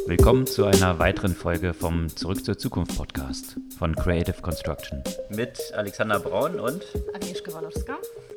Willkommen zu einer weiteren Folge vom Zurück zur Zukunft Podcast von Creative Construction. Mit Alexander Braun und Agnieszka Walorska.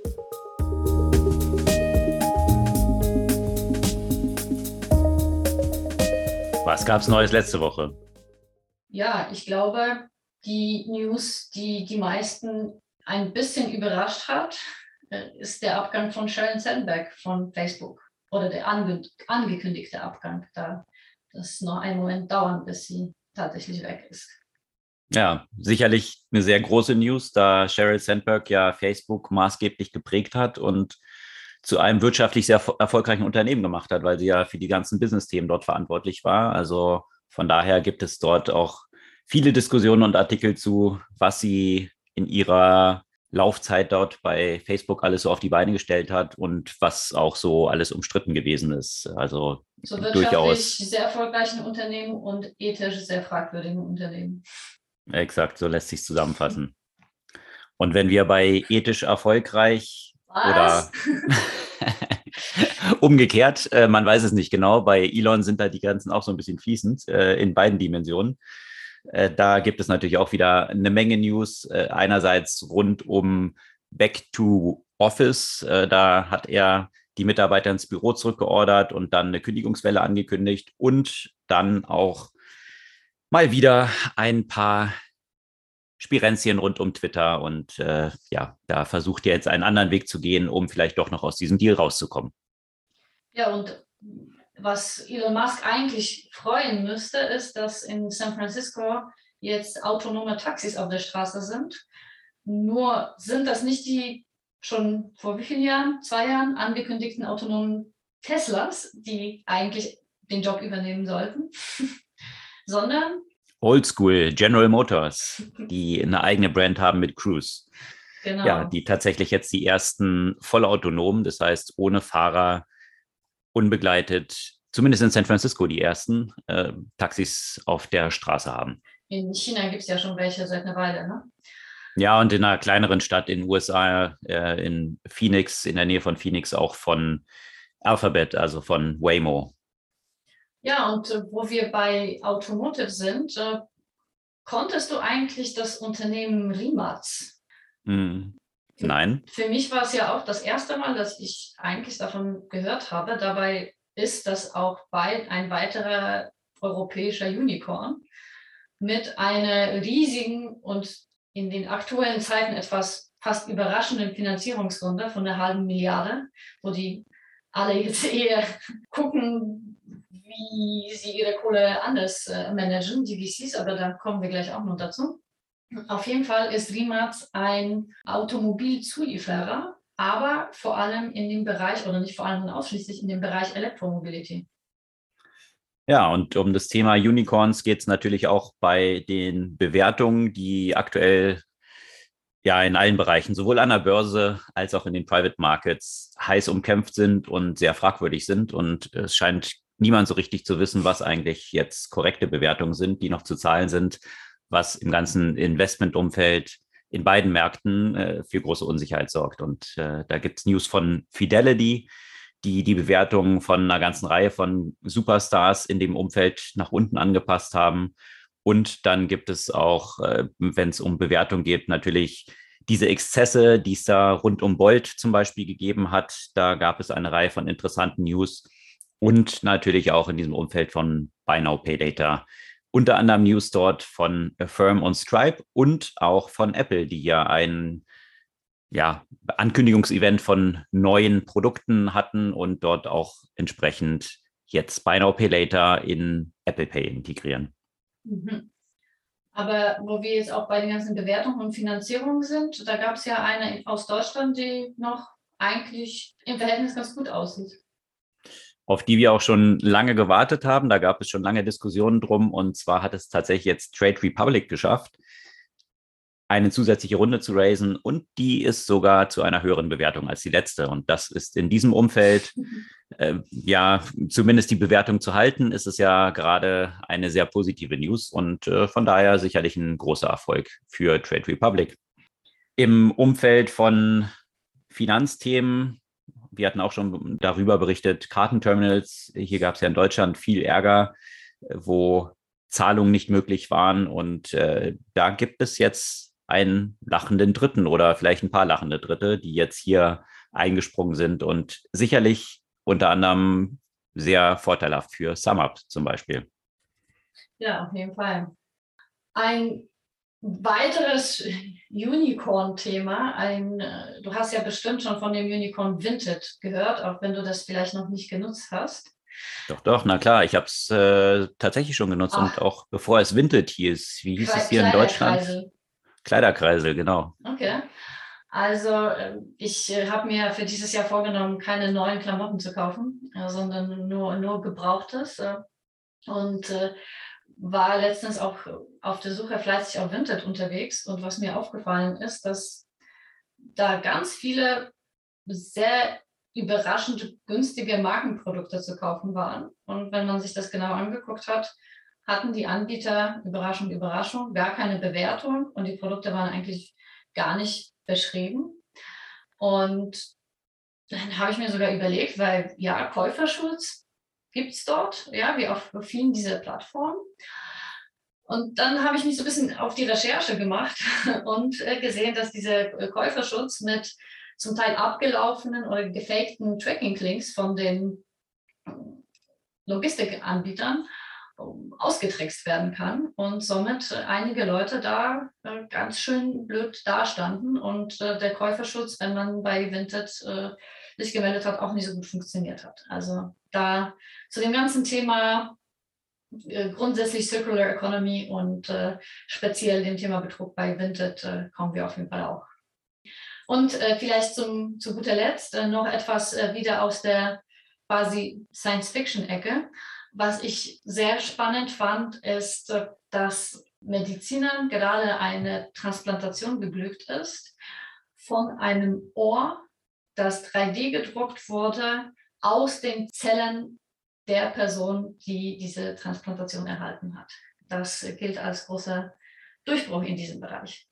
Was gab's Neues letzte Woche? Ja, ich glaube, die News, die die meisten ein bisschen überrascht hat, ist der Abgang von Sheryl Sandberg von Facebook oder der angekündigte Abgang. Da das noch einen Moment dauern, bis sie tatsächlich weg ist. Ja, sicherlich eine sehr große News, da Sheryl Sandberg ja Facebook maßgeblich geprägt hat und zu einem wirtschaftlich sehr erfolgreichen Unternehmen gemacht hat, weil sie ja für die ganzen Business-Themen dort verantwortlich war. Also von daher gibt es dort auch viele Diskussionen und Artikel zu, was sie in ihrer Laufzeit dort bei Facebook alles so auf die Beine gestellt hat und was auch so alles umstritten gewesen ist. Also so wirtschaftlich durchaus sehr erfolgreichen Unternehmen und ethisch sehr fragwürdigen Unternehmen. Exakt, so lässt sich zusammenfassen. Und wenn wir bei ethisch erfolgreich Was? oder umgekehrt, man weiß es nicht genau, bei Elon sind da die Grenzen auch so ein bisschen fließend in beiden Dimensionen. Da gibt es natürlich auch wieder eine Menge News. Einerseits rund um Back to Office. Da hat er die Mitarbeiter ins Büro zurückgeordert und dann eine Kündigungswelle angekündigt und dann auch mal wieder ein paar Spirenzchen rund um Twitter. Und da versucht er jetzt einen anderen Weg zu gehen, um vielleicht doch noch aus diesem Deal rauszukommen. Ja, und was Elon Musk eigentlich freuen müsste, ist, dass in San Francisco jetzt autonome Taxis auf der Straße sind. Nur sind das nicht die schon vor wie vielen Jahren, 2 Jahren, angekündigten autonomen Teslas, die eigentlich den Job übernehmen sollten, sondern Oldschool General Motors, die eine eigene Brand haben mit Cruise. genau. Ja, die tatsächlich jetzt die ersten vollautonomen, das heißt ohne Fahrer, unbegleitet, zumindest in San Francisco die ersten Taxis auf der Straße haben. In China gibt es ja schon welche seit einer Weile, ne? Ja, und in einer kleineren Stadt in den USA, in Phoenix, in der Nähe von Phoenix, auch von Alphabet, also von Waymo. Ja, und wo wir bei Automotive sind, konntest du eigentlich das Unternehmen Rimac? Nein. Für mich war es ja auch das erste Mal, dass ich eigentlich davon gehört habe. Dabei ist das auch ein weiterer europäischer Unicorn mit einer riesigen und in den aktuellen Zeiten etwas fast überraschenden Finanzierungsrunde von 500 Milliarden, wo die alle jetzt eher gucken, wie sie ihre Kohle anders managen, die VCs, aber da kommen wir gleich auch noch dazu. Auf jeden Fall ist Rimac ein Automobilzulieferer, aber vor allem in dem Bereich, oder nicht vor allem und ausschließlich in dem Bereich Elektromobility. Ja, und um das Thema Unicorns geht es natürlich auch bei den Bewertungen, die aktuell ja in allen Bereichen, sowohl an der Börse als auch in den Private Markets, heiß umkämpft sind und sehr fragwürdig sind. Und es scheint niemand so richtig zu wissen, was eigentlich jetzt korrekte Bewertungen sind, die noch zu zahlen sind, was im ganzen Investmentumfeld in beiden Märkten für große Unsicherheit sorgt. Und da gibt es News von Fidelity, die Bewertungen von einer ganzen Reihe von Superstars in dem Umfeld nach unten angepasst haben. Und dann gibt es auch, wenn es um Bewertung geht, natürlich diese Exzesse, die es da rund um Bolt zum Beispiel gegeben hat. Da gab es eine Reihe von interessanten News und natürlich auch in diesem Umfeld von Buy Now, Pay Later. Unter anderem News dort von Affirm und Stripe und auch von Apple, die ja ein Ankündigungsevent von neuen Produkten hatten und dort auch entsprechend jetzt Buy Now, Pay Later in Apple Pay integrieren. Mhm. Aber wo wir jetzt auch bei den ganzen Bewertungen und Finanzierungen sind, da gab es ja eine aus Deutschland, die noch eigentlich im Verhältnis ganz gut aussieht. Auf die wir auch schon lange gewartet haben. Da gab es schon lange Diskussionen drum. Und zwar hat es tatsächlich jetzt Trade Republic geschafft, eine zusätzliche Runde zu raisen. Und die ist sogar zu einer höheren Bewertung als die letzte. Und das ist in diesem Umfeld, zumindest die Bewertung zu halten, ist es ja gerade eine sehr positive News. Und von daher sicherlich ein großer Erfolg für Trade Republic. Im Umfeld von Finanzthemen, wir hatten auch schon darüber berichtet, Kartenterminals. Hier gab es ja in Deutschland viel Ärger wo Zahlungen nicht möglich waren. Und da gibt es jetzt einen lachenden Dritten oder vielleicht ein paar lachende Dritte, die jetzt hier eingesprungen sind und sicherlich unter anderem sehr vorteilhaft für SumUp zum Beispiel. Ja, auf jeden Fall. Ein weiteres Unicorn-Thema, du hast ja bestimmt schon von dem Unicorn Vinted gehört, auch wenn du das vielleicht noch nicht genutzt hast. Doch, doch, na klar, ich habe es tatsächlich schon genutzt und auch bevor es Vinted hieß, wie hieß es hier in Deutschland? Kleiderkreisel, genau. Okay. Also ich habe mir für dieses Jahr vorgenommen, keine neuen Klamotten zu kaufen, sondern nur Gebrauchtes. Und war letztens auch auf der Suche fleißig auf Vinted unterwegs. Und was mir aufgefallen ist, dass da ganz viele sehr überraschend günstige Markenprodukte zu kaufen waren. Und wenn man sich das genau angeguckt hat, hatten die Anbieter, Überraschung, Überraschung, gar keine Bewertung und die Produkte waren eigentlich gar nicht beschrieben. Und dann habe ich mir sogar überlegt, weil ja, Käuferschutz gibt es dort, ja, wie auf vielen dieser Plattformen. Und dann habe ich mich so ein bisschen auf die Recherche gemacht und gesehen, dass dieser Käuferschutz mit zum Teil abgelaufenen oder gefakten Tracking-Links von den Logistikanbietern ausgetrickst werden kann und somit einige Leute da ganz schön blöd dastanden und der Käuferschutz, wenn man bei Vinted sich gemeldet hat, auch nicht so gut funktioniert hat. Also da zu dem ganzen Thema grundsätzlich Circular Economy und speziell dem Thema Betrug bei Vinted kommen wir auf jeden Fall auch. Und vielleicht zu guter Letzt noch etwas wieder aus der quasi Science-Fiction-Ecke. Was ich sehr spannend fand, ist, dass Medizinern gerade eine Transplantation geglückt ist von einem Ohr, das 3D gedruckt wurde aus den Zellen der Person, die diese Transplantation erhalten hat. Das gilt als großer Durchbruch in diesem Bereich.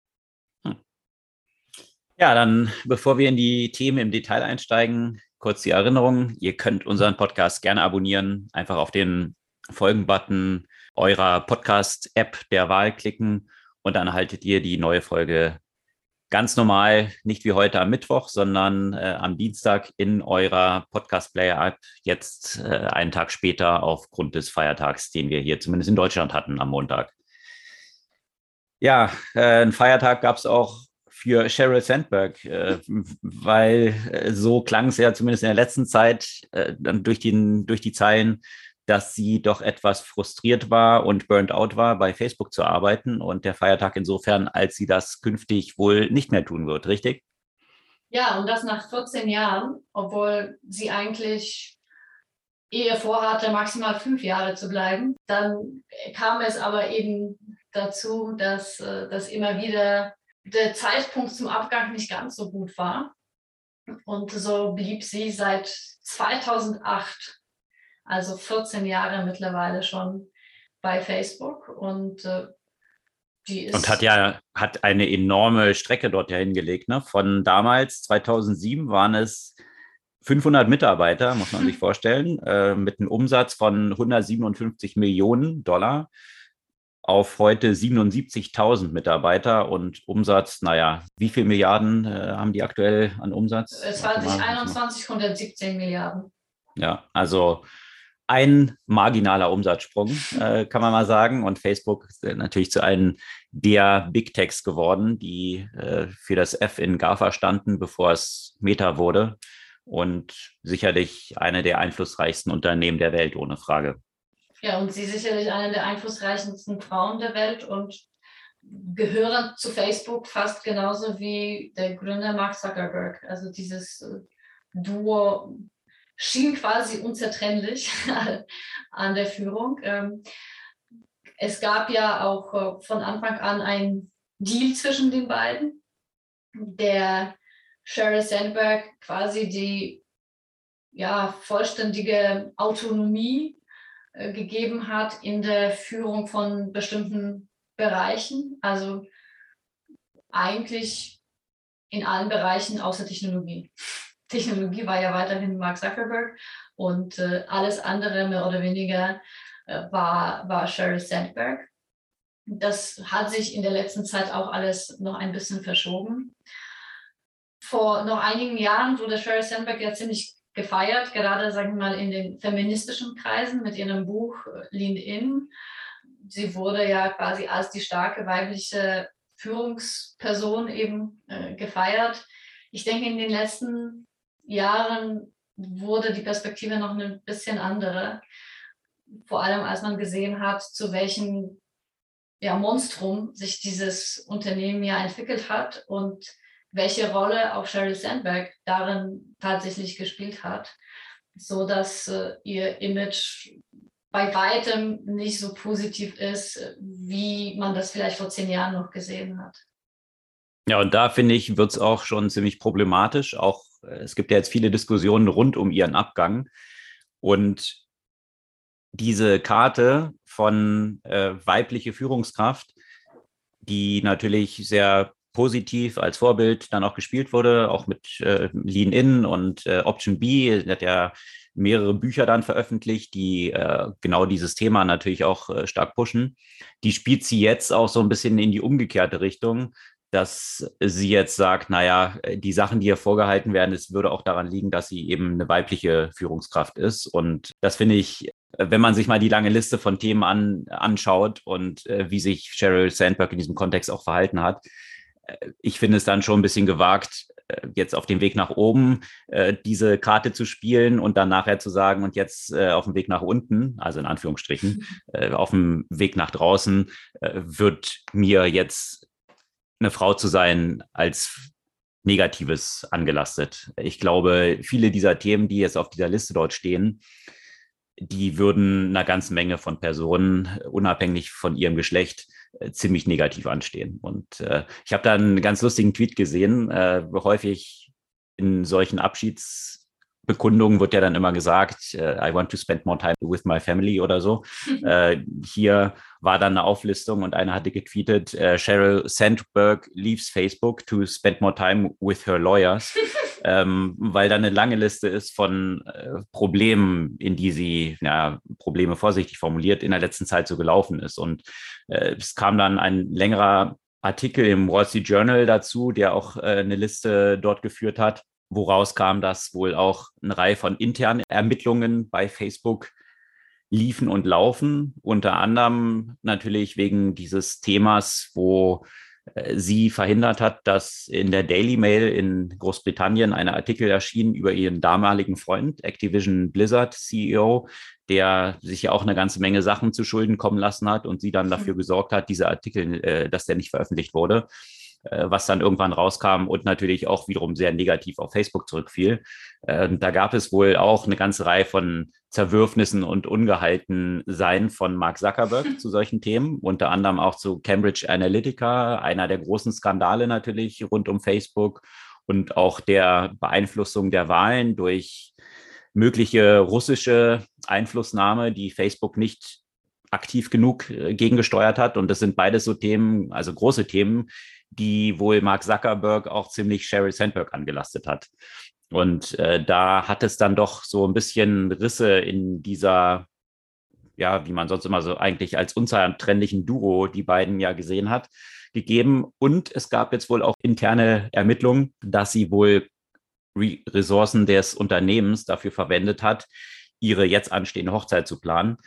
Ja, dann bevor wir in die Themen im Detail einsteigen, kurz die Erinnerung, ihr könnt unseren Podcast gerne abonnieren, einfach auf den Folgen-Button eurer Podcast-App der Wahl klicken und dann haltet ihr die neue Folge ganz normal, nicht wie heute am Mittwoch, sondern am Dienstag in eurer Podcast-Player-App, jetzt einen Tag später aufgrund des Feiertags, den wir hier zumindest in Deutschland hatten am Montag. Ja, einen Feiertag gab es auch für Sheryl Sandberg, weil so klang es ja zumindest in der letzten Zeit dann durch die Zeilen, dass sie doch etwas frustriert war und burnt out war, bei Facebook zu arbeiten und der Feiertag insofern, als sie das künftig wohl nicht mehr tun wird, richtig? Ja, und das nach 14 Jahren, obwohl sie eigentlich eher vorhatte, maximal 5 Jahre zu bleiben. Dann kam es aber eben dazu, dass immer wieder der Zeitpunkt zum Abgang nicht ganz so gut war. Und so blieb sie seit 2008, also 14 Jahre mittlerweile schon bei Facebook. Und die ist. Und hat eine enorme Strecke dort ja hingelegt. Ne? Von damals, 2007, waren es 500 Mitarbeiter, muss man sich vorstellen, mit einem Umsatz von 157 Millionen Dollar auf heute 77.000 Mitarbeiter und Umsatz, naja, wie viele Milliarden haben die aktuell an Umsatz? 2021 117 Milliarden. Ja, also ein marginaler Umsatzsprung, kann man mal sagen. Und Facebook ist natürlich zu einem der Big Techs geworden, die für das F in GAFA standen, bevor es Meta wurde. Und sicherlich eine der einflussreichsten Unternehmen der Welt, ohne Frage. Ja, und sie sicherlich eine der einflussreichsten Frauen der Welt und gehören zu Facebook fast genauso wie der Gründer Mark Zuckerberg. Also dieses Duo schien quasi unzertrennlich an der Führung. Es gab ja auch von Anfang an einen Deal zwischen den beiden, der Sheryl Sandberg quasi die vollständige Autonomie gegeben hat in der Führung von bestimmten Bereichen, also eigentlich in allen Bereichen außer Technologie. Technologie war ja weiterhin Mark Zuckerberg und alles andere mehr oder weniger war Sheryl Sandberg. Das hat sich in der letzten Zeit auch alles noch ein bisschen verschoben. Vor noch einigen Jahren wurde Sheryl Sandberg ja ziemlich gefeiert, gerade, sagen wir mal, in den feministischen Kreisen mit ihrem Buch Lean In. Sie wurde ja quasi als die starke weibliche Führungsperson eben gefeiert. Ich denke, in den letzten Jahren wurde die Perspektive noch ein bisschen andere. Vor allem, als man gesehen hat, zu welchem Monstrum sich dieses Unternehmen ja entwickelt hat und welche Rolle auch Sheryl Sandberg darin tatsächlich gespielt hat, so dass ihr Image bei weitem nicht so positiv ist, wie man das vielleicht vor 10 Jahren noch gesehen hat. Ja, und da finde ich, wird es auch schon ziemlich problematisch. Auch es gibt ja jetzt viele Diskussionen rund um ihren Abgang. Und diese Karte von weibliche Führungskraft, die natürlich sehr positiv als Vorbild dann auch gespielt wurde, auch mit Lean In und Option B. Er hat ja mehrere Bücher dann veröffentlicht, die genau dieses Thema natürlich auch stark pushen. Die spielt sie jetzt auch so ein bisschen in die umgekehrte Richtung, dass sie jetzt sagt, naja, die Sachen, die ihr vorgehalten werden, es würde auch daran liegen, dass sie eben eine weibliche Führungskraft ist. Und das finde ich, wenn man sich mal die lange Liste von Themen anschaut und wie sich Sheryl Sandberg in diesem Kontext auch verhalten hat, ich finde es dann schon ein bisschen gewagt, jetzt auf dem Weg nach oben diese Karte zu spielen und dann nachher zu sagen, und jetzt auf dem Weg nach unten, also in Anführungsstrichen, auf dem Weg nach draußen, wird mir jetzt eine Frau zu sein als Negatives angelastet. Ich glaube, viele dieser Themen, die jetzt auf dieser Liste dort stehen, die würden einer ganzen Menge von Personen, unabhängig von ihrem Geschlecht, ziemlich negativ anstehen. Und ich habe da einen ganz lustigen Tweet gesehen. Häufig in solchen Abschiedsbekundungen wird ja dann immer gesagt, I want to spend more time with my family oder so. Hier war dann eine Auflistung und einer hatte getweetet, Sheryl Sandberg leaves Facebook to spend more time with her lawyers. Weil da eine lange Liste ist von Problemen, in die sie, Probleme vorsichtig formuliert, in der letzten Zeit so gelaufen ist. Und es kam dann ein längerer Artikel im Wall Street Journal dazu, der auch eine Liste dort geführt hat, woraus kam, dass wohl auch eine Reihe von internen Ermittlungen bei Facebook liefen und laufen, unter anderem natürlich wegen dieses Themas, wo sie verhindert hat, dass in der Daily Mail in Großbritannien ein Artikel erschien über ihren damaligen Freund, Activision Blizzard CEO, der sich ja auch eine ganze Menge Sachen zu Schulden kommen lassen hat und sie dann dafür gesorgt hat, dieser Artikel, dass der nicht veröffentlicht wurde, was dann irgendwann rauskam und natürlich auch wiederum sehr negativ auf Facebook zurückfiel. Da gab es wohl auch eine ganze Reihe von Zerwürfnissen und Ungehaltensein von Mark Zuckerberg zu solchen Themen, unter anderem auch zu Cambridge Analytica, einer der großen Skandale natürlich rund um Facebook und auch der Beeinflussung der Wahlen durch mögliche russische Einflussnahme, die Facebook nicht aktiv genug gegengesteuert hat. Und das sind beides so Themen, also große Themen, die wohl Mark Zuckerberg auch ziemlich Sheryl Sandberg angelastet hat. Und da hat es dann doch so ein bisschen Risse in dieser, ja, wie man sonst immer so eigentlich als unzertrennlichen Duo die beiden ja gesehen hat, gegeben. Und es gab jetzt wohl auch interne Ermittlungen, dass sie wohl Ressourcen des Unternehmens dafür verwendet hat, ihre jetzt anstehende Hochzeit zu planen.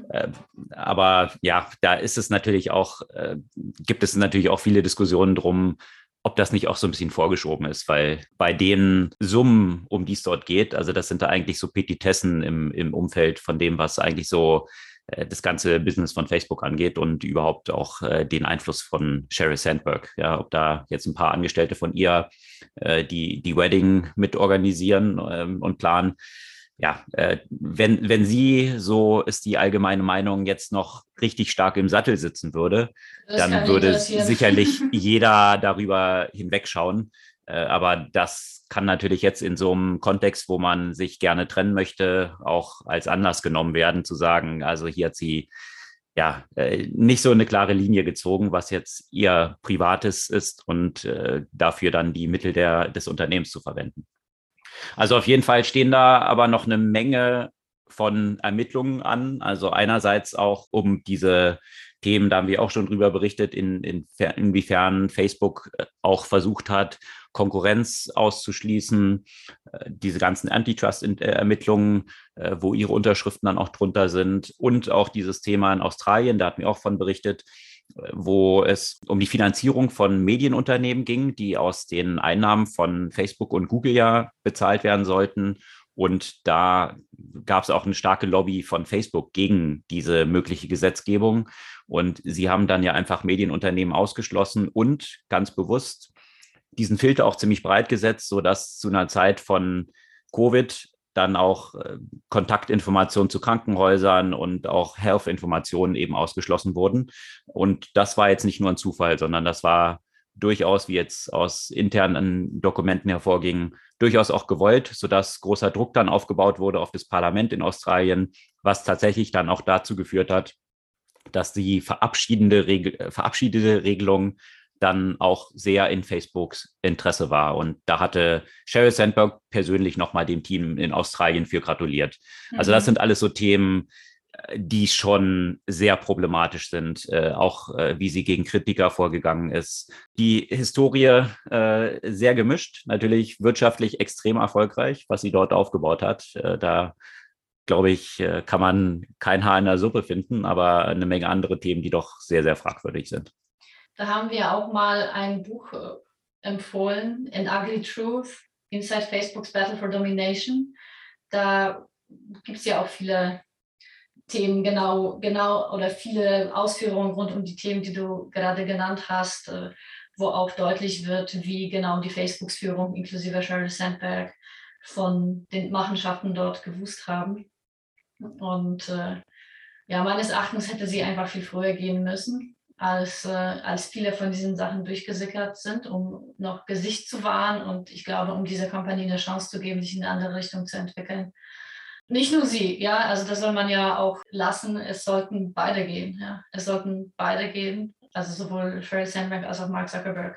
Aber ja, da ist es natürlich auch, gibt es natürlich auch viele Diskussionen drum, ob das nicht auch so ein bisschen vorgeschoben ist, weil bei den Summen, um die es dort geht, also das sind da eigentlich so Petitessen im Umfeld von dem, was eigentlich so das ganze Business von Facebook angeht und überhaupt auch den Einfluss von Sheryl Sandberg. Ja, ob da jetzt ein paar Angestellte von ihr die Wedding mit organisieren und planen. Ja, wenn sie, so ist die allgemeine Meinung, jetzt noch richtig stark im Sattel sitzen würde, dann würde sicherlich jeder darüber hinwegschauen. Aber das kann natürlich jetzt in so einem Kontext, wo man sich gerne trennen möchte, auch als Anlass genommen werden, zu sagen, also hier hat sie ja nicht so eine klare Linie gezogen, was jetzt ihr Privates ist und dafür dann die Mittel des Unternehmens zu verwenden. Also auf jeden Fall stehen da aber noch eine Menge von Ermittlungen an. Also einerseits auch um diese Themen, da haben wir auch schon drüber berichtet, inwiefern Facebook auch versucht hat, Konkurrenz auszuschließen, diese ganzen Antitrust-Ermittlungen, wo ihre Unterschriften dann auch drunter sind, und auch dieses Thema in Australien, da hatten wir auch von berichtet, wo es um die Finanzierung von Medienunternehmen ging, die aus den Einnahmen von Facebook und Google ja bezahlt werden sollten. Und da gab es auch eine starke Lobby von Facebook gegen diese mögliche Gesetzgebung. Und sie haben dann ja einfach Medienunternehmen ausgeschlossen und ganz bewusst diesen Filter auch ziemlich breit gesetzt, sodass zu einer Zeit von Covid dann auch Kontaktinformationen zu Krankenhäusern und auch Health-Informationen eben ausgeschlossen wurden. Und das war jetzt nicht nur ein Zufall, sondern das war durchaus, wie jetzt aus internen Dokumenten hervorging, durchaus auch gewollt, sodass großer Druck dann aufgebaut wurde auf das Parlament in Australien, was tatsächlich dann auch dazu geführt hat, dass die verabschiedete Regelung dann auch sehr in Facebooks Interesse war. Und da hatte Sheryl Sandberg persönlich nochmal dem Team in Australien für gratuliert. Also das sind alles so Themen, die schon sehr problematisch sind, auch wie sie gegen Kritiker vorgegangen ist. Die Historie sehr gemischt, natürlich wirtschaftlich extrem erfolgreich, was sie dort aufgebaut hat. Da glaube ich, kann man kein Haar in der Suppe finden, aber eine Menge andere Themen, die doch sehr, sehr fragwürdig sind. Da haben wir auch mal ein Buch empfohlen, An Ugly Truth, Inside Facebook's Battle for Domination. Da gibt es ja auch viele Themen, genau, oder viele Ausführungen rund um die Themen, die du gerade genannt hast, wo auch deutlich wird, wie genau die Facebook-Führung inklusive Sheryl Sandberg von den Machenschaften dort gewusst haben. Und ja, meines Erachtens hätte sie einfach viel früher gehen müssen, als viele von diesen Sachen durchgesickert sind, um noch Gesicht zu wahren und ich glaube, um dieser Kampagne eine Chance zu geben, sich in eine andere Richtung zu entwickeln. Nicht nur sie, ja, also das soll man ja auch lassen, es sollten beide gehen, ja. Es sollten beide gehen, also sowohl Sheryl Sandberg als auch Mark Zuckerberg.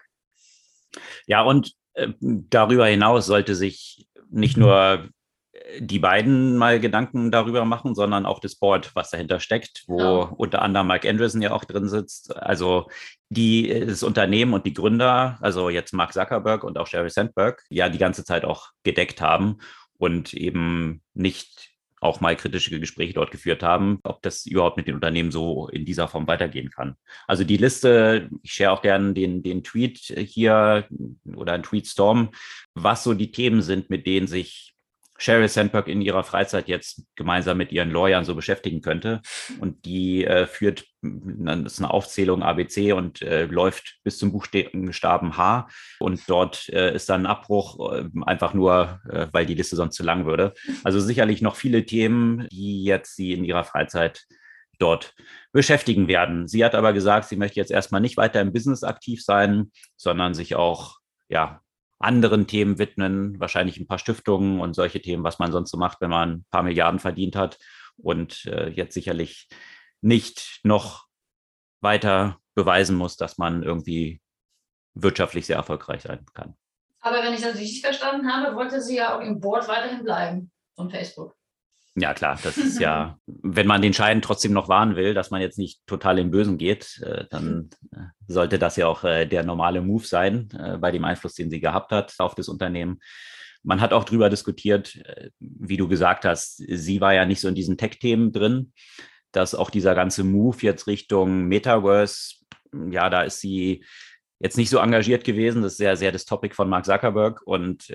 Ja, und darüber hinaus sollte sich nicht nur die beiden mal Gedanken darüber machen, sondern auch das Board, was dahinter steckt, wo unter anderem Mike Andreessen ja auch drin sitzt. Also das Unternehmen und die Gründer, also jetzt Mark Zuckerberg und auch Sheryl Sandberg, ja die ganze Zeit auch gedeckt haben und eben nicht auch mal kritische Gespräche dort geführt haben, ob das überhaupt mit den Unternehmen so in dieser Form weitergehen kann. Also die Liste, ich share auch gerne den Tweet hier oder einen Tweetstorm, was so die Themen sind, mit denen sich Sheryl Sandberg in ihrer Freizeit jetzt gemeinsam mit ihren Lawyern so beschäftigen könnte. Und die führt, das ist eine Aufzählung ABC und läuft bis zum Buchstaben H. Und dort ist dann ein Abbruch, einfach nur, weil die Liste sonst zu lang würde. Also sicherlich noch viele Themen, die jetzt sie in ihrer Freizeit dort beschäftigen werden. Sie hat aber gesagt, sie möchte jetzt erstmal nicht weiter im Business aktiv sein, sondern sich auch, ja, anderen Themen widmen, wahrscheinlich ein paar Stiftungen und solche Themen, was man sonst so macht, wenn man ein paar Milliarden verdient hat und jetzt sicherlich nicht noch weiter beweisen muss, dass man irgendwie wirtschaftlich sehr erfolgreich sein kann. Aber wenn ich das richtig verstanden habe, wollte sie ja auch im Board weiterhin bleiben von Facebook. Ja, klar, das ist ja, wenn man den Schein trotzdem noch wahren will, dass man jetzt nicht total im Bösen geht, dann sollte das ja auch der normale Move sein, bei dem Einfluss, den sie gehabt hat auf das Unternehmen. Man hat auch darüber diskutiert, wie du gesagt hast, sie war ja nicht so in diesen Tech-Themen drin, dass auch dieser ganze Move jetzt Richtung Metaverse, ja, da ist sie jetzt nicht so engagiert gewesen. Das ist sehr, sehr das Topic von Mark Zuckerberg und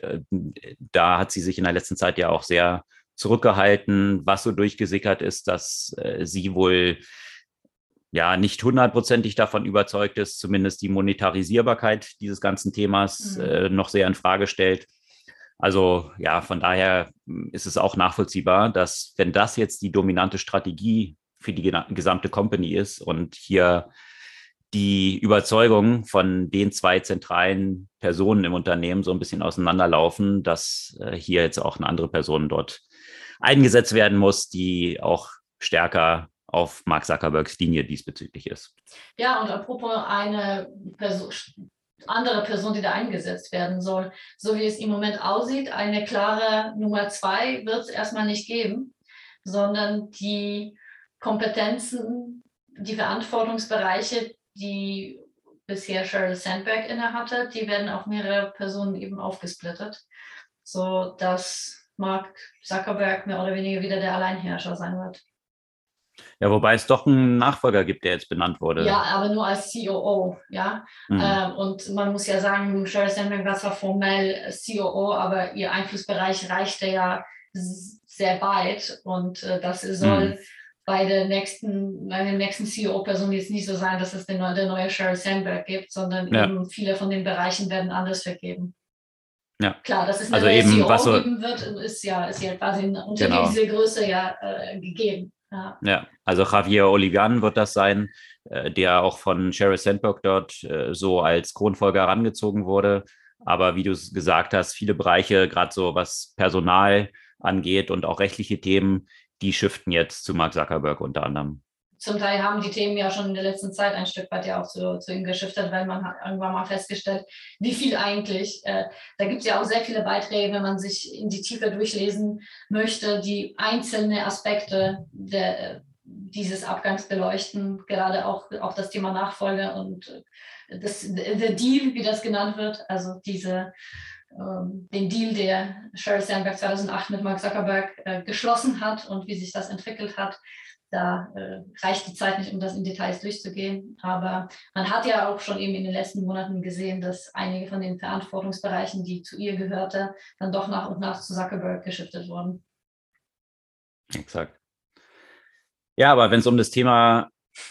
da hat sie sich in der letzten Zeit ja auch sehr zurückgehalten, was so durchgesickert ist, dass sie wohl ja nicht hundertprozentig davon überzeugt ist, zumindest die Monetarisierbarkeit dieses ganzen Themas noch sehr in Frage stellt. Also ja, von daher ist es auch nachvollziehbar, dass wenn das jetzt die dominante Strategie für die gesamte Company ist und hier die Überzeugung von den zwei zentralen Personen im Unternehmen so ein bisschen auseinanderlaufen, dass hier jetzt auch eine andere Person dort eingesetzt werden muss, die auch stärker auf Mark Zuckerbergs Linie diesbezüglich ist. Ja, und apropos eine andere Person, die da eingesetzt werden soll. So wie es im Moment aussieht, eine klare Nummer 2 wird es erstmal nicht geben. sondern die Kompetenzen, die Verantwortungsbereiche, die bisher Sheryl Sandberg innehatte, die werden auf mehrere Personen eben aufgesplittet, sodass Mark Zuckerberg mehr oder weniger wieder der Alleinherrscher sein wird. Ja, wobei es doch einen Nachfolger gibt, der jetzt benannt wurde. Ja, aber nur als COO, ja. Und man muss ja sagen, Sheryl Sandberg war zwar formell COO, aber ihr Einflussbereich reichte ja sehr weit und das soll bei der nächsten CEO-Person jetzt nicht so sein, dass es der neue Sheryl Sandberg gibt, sondern eben viele von den Bereichen werden anders vergeben. Ja. Klar, dass es eine neue CEO geben wird, ist ja quasi unter diese Größe gegeben. Ja, also Javier Olivian wird das sein, der auch von Sheryl Sandberg dort so als Thronfolger herangezogen wurde. Aber wie du es gesagt hast, viele Bereiche, gerade so was Personal angeht und auch rechtliche Themen, die shiften jetzt zu Mark Zuckerberg unter anderem. Zum Teil haben die Themen ja schon in der letzten Zeit ein Stück weit ja auch zu ihm geschiftet, weil man hat irgendwann mal festgestellt, wie viel eigentlich. Da gibt es ja auch sehr viele Beiträge, wenn man sich in die Tiefe durchlesen möchte, die einzelne Aspekte dieses Abgangs beleuchten, gerade auch das Thema Nachfolge und the Deal, wie das genannt wird, also den Deal, der Sheryl Sandberg 2008 mit Mark Zuckerberg geschlossen hat und wie sich das entwickelt hat. Da reicht die Zeit nicht, um das in Details durchzugehen. Aber man hat ja auch schon eben in den letzten Monaten gesehen, dass einige von den Verantwortungsbereichen, die zu ihr gehörte, dann doch nach und nach zu Zuckerberg geschiftet wurden. Exakt. Ja, aber wenn es um das Thema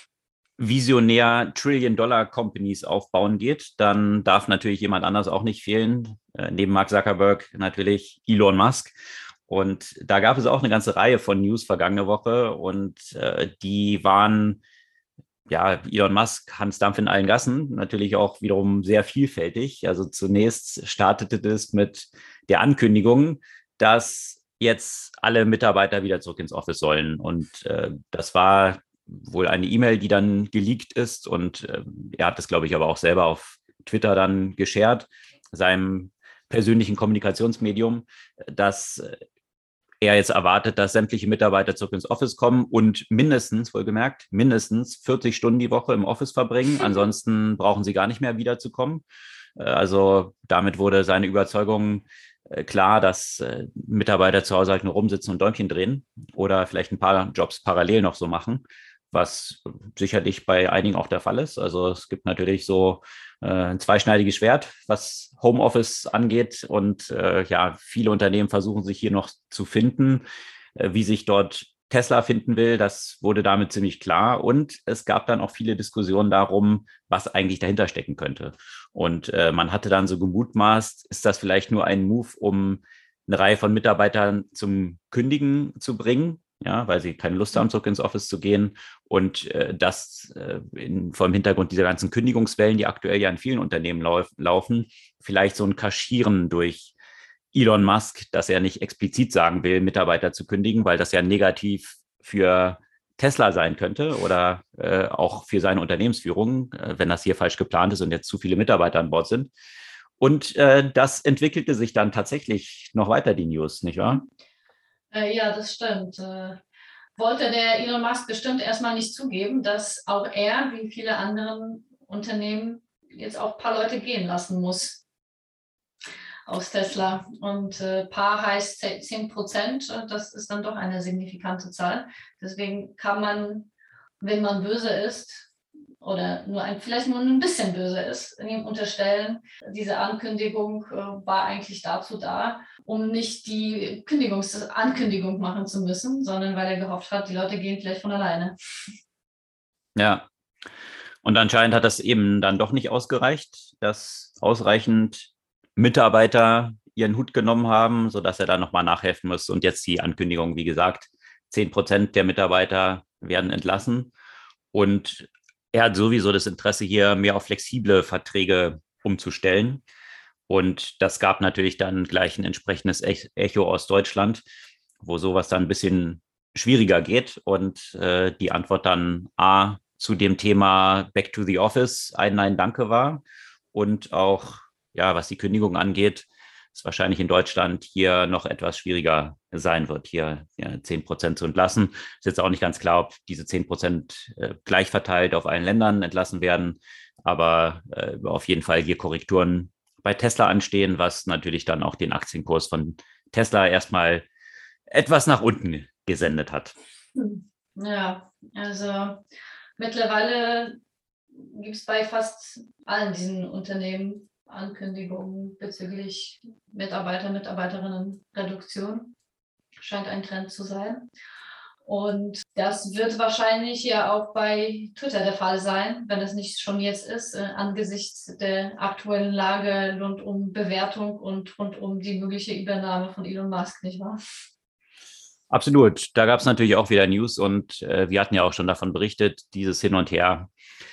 visionär Trillion-Dollar-Companies aufbauen geht, dann darf natürlich jemand anders auch nicht fehlen. Neben Mark Zuckerberg natürlich Elon Musk. Und da gab es auch eine ganze Reihe von News vergangene Woche und die waren, ja, Elon Musk, Hans Dampf in allen Gassen, natürlich auch wiederum sehr vielfältig. Also zunächst startete das mit der Ankündigung, dass jetzt alle Mitarbeiter wieder zurück ins Office sollen. Und das war wohl eine E-Mail, die dann geleakt ist und er hat das, glaube ich, aber auch selber auf Twitter dann geshared, seinem persönlichen Kommunikationsmedium, dass er jetzt erwartet, dass sämtliche Mitarbeiter zurück ins Office kommen und wohlgemerkt, mindestens 40 Stunden die Woche im Office verbringen. Ansonsten brauchen sie gar nicht mehr wiederzukommen. Also damit wurde seine Überzeugung klar, dass Mitarbeiter zu Hause halt nur rumsitzen und Däumchen drehen oder vielleicht ein paar Jobs parallel noch so machen, was sicherlich bei einigen auch der Fall ist. Also es gibt natürlich so ein zweischneidiges Schwert, was Homeoffice angeht. Und ja, viele Unternehmen versuchen sich hier noch zu finden, wie sich dort Tesla finden will. Das wurde damit ziemlich klar. Und es gab dann auch viele Diskussionen darum, was eigentlich dahinter stecken könnte. Und man hatte dann so gemutmaßt, ist das vielleicht nur ein Move, um eine Reihe von Mitarbeitern zum Kündigen zu bringen, ja, weil sie keine Lust haben, zurück ins Office zu gehen. Und das vor dem Hintergrund dieser ganzen Kündigungswellen, die aktuell ja in vielen Unternehmen laufen, vielleicht so ein Kaschieren durch Elon Musk, dass er nicht explizit sagen will, Mitarbeiter zu kündigen, weil das ja negativ für Tesla sein könnte oder auch für seine Unternehmensführung, wenn das hier falsch geplant ist und jetzt zu viele Mitarbeiter an Bord sind. Und das entwickelte sich dann tatsächlich noch weiter, die News, nicht wahr? Ja, das stimmt. Wollte der Elon Musk bestimmt erstmal nicht zugeben, dass auch er, wie viele andere Unternehmen, jetzt auch ein paar Leute gehen lassen muss aus Tesla. Und paar heißt 10%, das ist dann doch eine signifikante Zahl. Deswegen kann man, wenn man böse ist, oder vielleicht nur ein bisschen böse ist, ihm unterstellen, diese Ankündigung war eigentlich dazu da, um nicht die Ankündigung machen zu müssen, sondern weil er gehofft hat, die Leute gehen vielleicht von alleine. Ja, und anscheinend hat das eben dann doch nicht ausgereicht, dass ausreichend Mitarbeiter ihren Hut genommen haben, sodass er dann nochmal nachhelfen muss. Und jetzt die Ankündigung, wie gesagt, 10% der Mitarbeiter werden entlassen. Und er hat sowieso das Interesse, hier mehr auf flexible Verträge umzustellen. Und das gab natürlich dann gleich ein entsprechendes Echo aus Deutschland, wo sowas dann ein bisschen schwieriger geht. Und die Antwort dann zu dem Thema Back to the Office ein Nein, danke war. Und auch, ja, was die Kündigung angeht, ist wahrscheinlich in Deutschland hier noch etwas schwieriger sein wird, hier 10% zu entlassen. Ist jetzt auch nicht ganz klar, ob diese 10% gleich verteilt auf allen Ländern entlassen werden, aber auf jeden Fall hier Korrekturen bei Tesla anstehen, was natürlich dann auch den Aktienkurs von Tesla erstmal etwas nach unten gesendet hat. Ja, also mittlerweile gibt es bei fast allen diesen Unternehmen Ankündigungen bezüglich Mitarbeiterinnen-Reduktion. Scheint ein Trend zu sein. Und das wird wahrscheinlich ja auch bei Twitter der Fall sein, wenn es nicht schon jetzt ist, angesichts der aktuellen Lage rund um Bewertung und rund um die mögliche Übernahme von Elon Musk, nicht wahr? Absolut. Da gab es natürlich auch wieder News und wir hatten ja auch schon davon berichtet, dieses Hin und Her.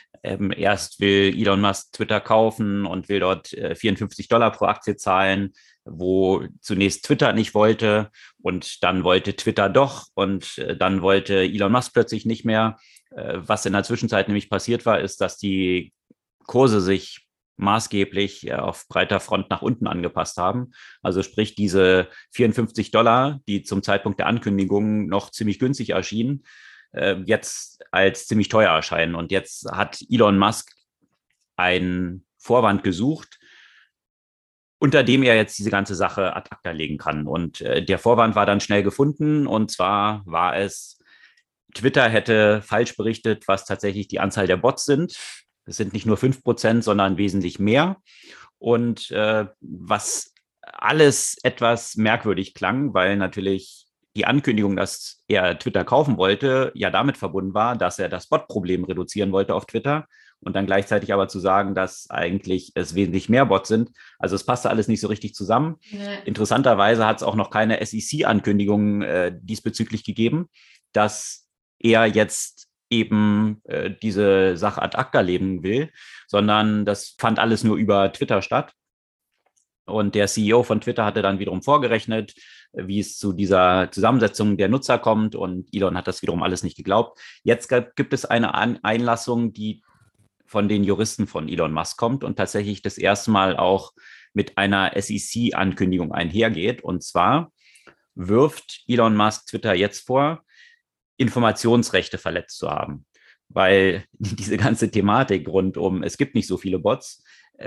Erst will Elon Musk Twitter kaufen und will dort $54 pro Aktie zahlen, wo zunächst Twitter nicht wollte und dann wollte Twitter doch und dann wollte Elon Musk plötzlich nicht mehr. Was in der Zwischenzeit nämlich passiert war, ist, dass die Kurse sich maßgeblich auf breiter Front nach unten angepasst haben. Also sprich diese $54, die zum Zeitpunkt der Ankündigung noch ziemlich günstig erschienen, jetzt als ziemlich teuer erscheinen. Und jetzt hat Elon Musk einen Vorwand gesucht, unter dem er jetzt diese ganze Sache ad acta legen kann. Und der Vorwand war dann schnell gefunden. Und zwar war es, Twitter hätte falsch berichtet, was tatsächlich die Anzahl der Bots sind. Es sind nicht nur 5%, sondern wesentlich mehr. Und was alles etwas merkwürdig klang, weil natürlich die Ankündigung, dass er Twitter kaufen wollte, ja damit verbunden war, dass er das Bot-Problem reduzieren wollte auf Twitter und dann gleichzeitig aber zu sagen, dass eigentlich es wesentlich mehr Bots sind. Also es passte alles nicht so richtig zusammen. Nee. Interessanterweise hat es auch noch keine SEC-Ankündigung diesbezüglich gegeben, dass er jetzt eben diese Sache ad acta legen will, sondern das fand alles nur über Twitter statt. Und der CEO von Twitter hatte dann wiederum vorgerechnet, wie es zu dieser Zusammensetzung der Nutzer kommt. Und Elon hat das wiederum alles nicht geglaubt. Jetzt gibt es eine Einlassung, die von den Juristen von Elon Musk kommt und tatsächlich das erste Mal auch mit einer SEC-Ankündigung einhergeht. Und zwar wirft Elon Musk Twitter jetzt vor, Informationsrechte verletzt zu haben. Weil diese ganze Thematik rund um, es gibt nicht so viele Bots,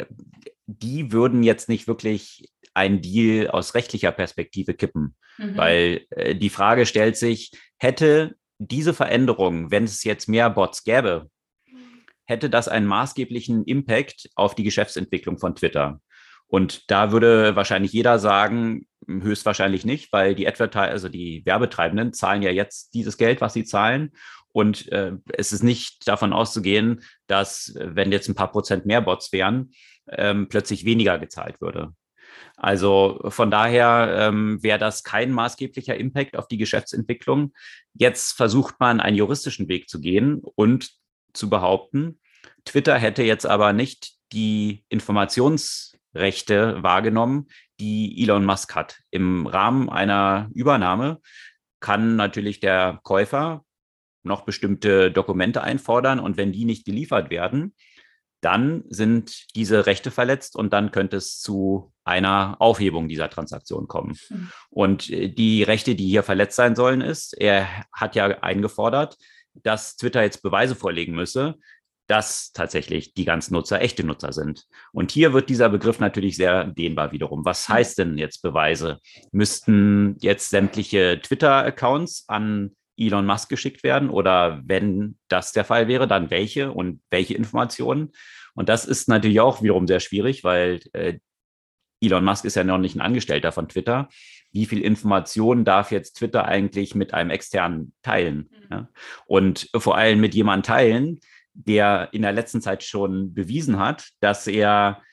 die würden jetzt nicht wirklich einen Deal aus rechtlicher Perspektive kippen. Weil die Frage stellt sich, hätte diese Veränderung, wenn es jetzt mehr Bots gäbe, hätte das einen maßgeblichen Impact auf die Geschäftsentwicklung von Twitter? Und da würde wahrscheinlich jeder sagen, höchstwahrscheinlich nicht, weil die also die Werbetreibenden zahlen ja jetzt dieses Geld, was sie zahlen. Und es ist nicht davon auszugehen, dass, wenn jetzt ein paar Prozent mehr Bots wären, plötzlich weniger gezahlt würde. Also von daher wäre das kein maßgeblicher Impact auf die Geschäftsentwicklung. Jetzt versucht man, einen juristischen Weg zu gehen und zu behaupten, Twitter hätte jetzt aber nicht die Informationsrechte wahrgenommen, die Elon Musk hat. Im Rahmen einer Übernahme kann natürlich der Käufer noch bestimmte Dokumente einfordern und wenn die nicht geliefert werden, dann sind diese Rechte verletzt und dann könnte es zu einer Aufhebung dieser Transaktion kommen. Und die Rechte, die hier verletzt sein sollen, ist, er hat ja eingefordert, dass Twitter jetzt Beweise vorlegen müsse, dass tatsächlich die ganzen Nutzer echte Nutzer sind. Und hier wird dieser Begriff natürlich sehr dehnbar wiederum. Was heißt denn jetzt Beweise? Müssten jetzt sämtliche Twitter-Accounts an Elon Musk geschickt werden oder wenn das der Fall wäre, dann welche und welche Informationen? Und das ist natürlich auch wiederum sehr schwierig, weil Elon Musk ist ja noch nicht ein Angestellter von Twitter. Wie viel Informationen darf jetzt Twitter eigentlich mit einem externen teilen? Ja? Und vor allem mit jemandem teilen, der in der letzten Zeit schon bewiesen hat, dass er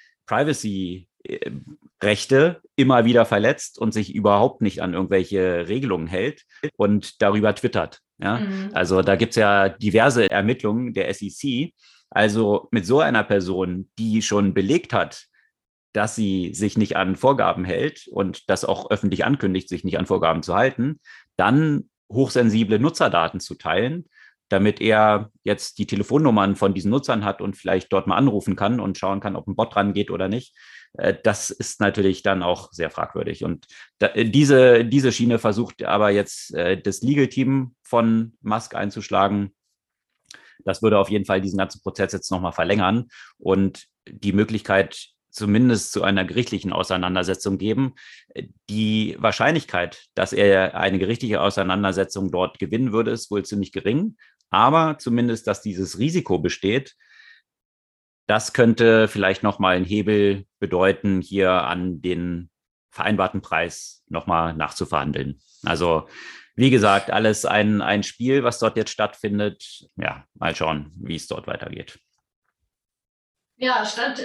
Privacy-Rechte immer wieder verletzt und sich überhaupt nicht an irgendwelche Regelungen hält und darüber twittert. Ja? Also da gibt es ja diverse Ermittlungen der SEC. Also mit so einer Person, die schon belegt hat, dass sie sich nicht an Vorgaben hält und das auch öffentlich ankündigt, sich nicht an Vorgaben zu halten, dann hochsensible Nutzerdaten zu teilen, damit er jetzt die Telefonnummern von diesen Nutzern hat und vielleicht dort mal anrufen kann und schauen kann, ob ein Bot rangeht oder nicht. Das ist natürlich dann auch sehr fragwürdig. Und diese Schiene versucht aber jetzt das Legal-Team von Musk einzuschlagen. Das würde auf jeden Fall diesen ganzen Prozess jetzt nochmal verlängern und die Möglichkeit zumindest zu einer gerichtlichen Auseinandersetzung geben. Die Wahrscheinlichkeit, dass er eine gerichtliche Auseinandersetzung dort gewinnen würde, ist wohl ziemlich gering. Aber zumindest, dass dieses Risiko besteht, das könnte vielleicht nochmal einen Hebel bedeuten, hier an den vereinbarten Preis nochmal nachzuverhandeln. Also wie gesagt, alles ein Spiel, was dort jetzt stattfindet. Ja, mal schauen, wie es dort weitergeht. Ja, statt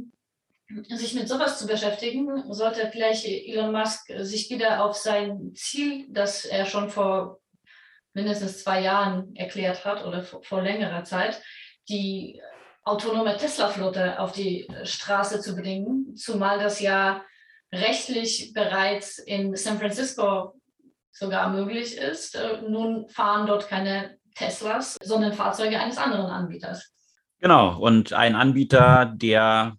sich mit sowas zu beschäftigen, sollte vielleicht Elon Musk sich wieder auf sein Ziel, das er schon vor mindestens 2 Jahren erklärt hat oder vor längerer Zeit, die autonome Tesla-Flotte auf die Straße zu bringen, zumal das ja rechtlich bereits in San Francisco sogar möglich ist. Nun fahren dort keine Teslas, sondern Fahrzeuge eines anderen Anbieters. Genau, und ein Anbieter, der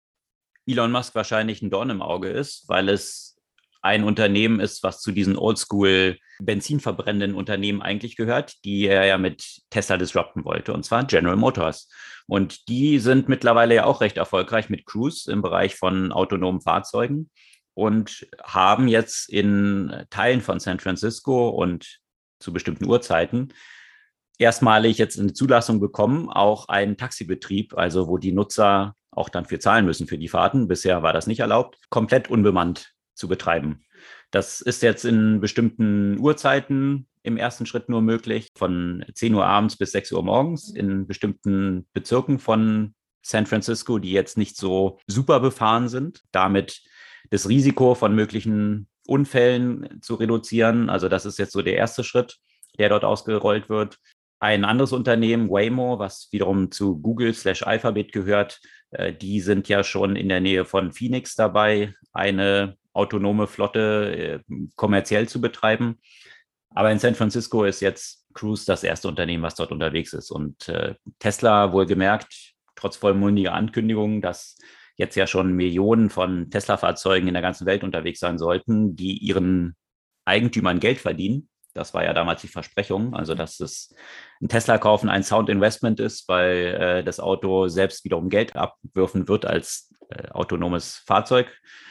Elon Musk wahrscheinlich ein Dorn im Auge ist, weil es ein Unternehmen ist, was zu diesen Oldschool benzinverbrennenden Unternehmen eigentlich gehört, die er ja mit Tesla disrupten wollte, und zwar General Motors. Und die sind mittlerweile ja auch recht erfolgreich mit Cruise im Bereich von autonomen Fahrzeugen und haben jetzt in Teilen von San Francisco und zu bestimmten Uhrzeiten erstmalig jetzt eine Zulassung bekommen, auch einen Taxibetrieb, also wo die Nutzer auch dann für zahlen müssen für die Fahrten. Bisher war das nicht erlaubt, komplett unbemannt zu betreiben. Das ist jetzt in bestimmten Uhrzeiten im ersten Schritt nur möglich, von 10 Uhr abends bis 6 Uhr morgens in bestimmten Bezirken von San Francisco, die jetzt nicht so super befahren sind. Damit das Risiko von möglichen Unfällen zu reduzieren. Also das ist jetzt so der erste Schritt, der dort ausgerollt wird. Ein anderes Unternehmen, Waymo, was wiederum zu Google/Alphabet gehört, die sind ja schon in der Nähe von Phoenix dabei, eine autonome Flotte kommerziell zu betreiben. Aber in San Francisco ist jetzt Cruise das erste Unternehmen, was dort unterwegs ist. Und Tesla wohlgemerkt, trotz vollmundiger Ankündigungen, dass jetzt ja schon Millionen von Tesla-Fahrzeugen in der ganzen Welt unterwegs sein sollten, die ihren Eigentümern Geld verdienen. Das war ja damals die Versprechung, also dass es ein Tesla kaufen ein Sound Investment ist, weil das Auto selbst wiederum Geld abwürfen wird als autonomes Fahrzeug.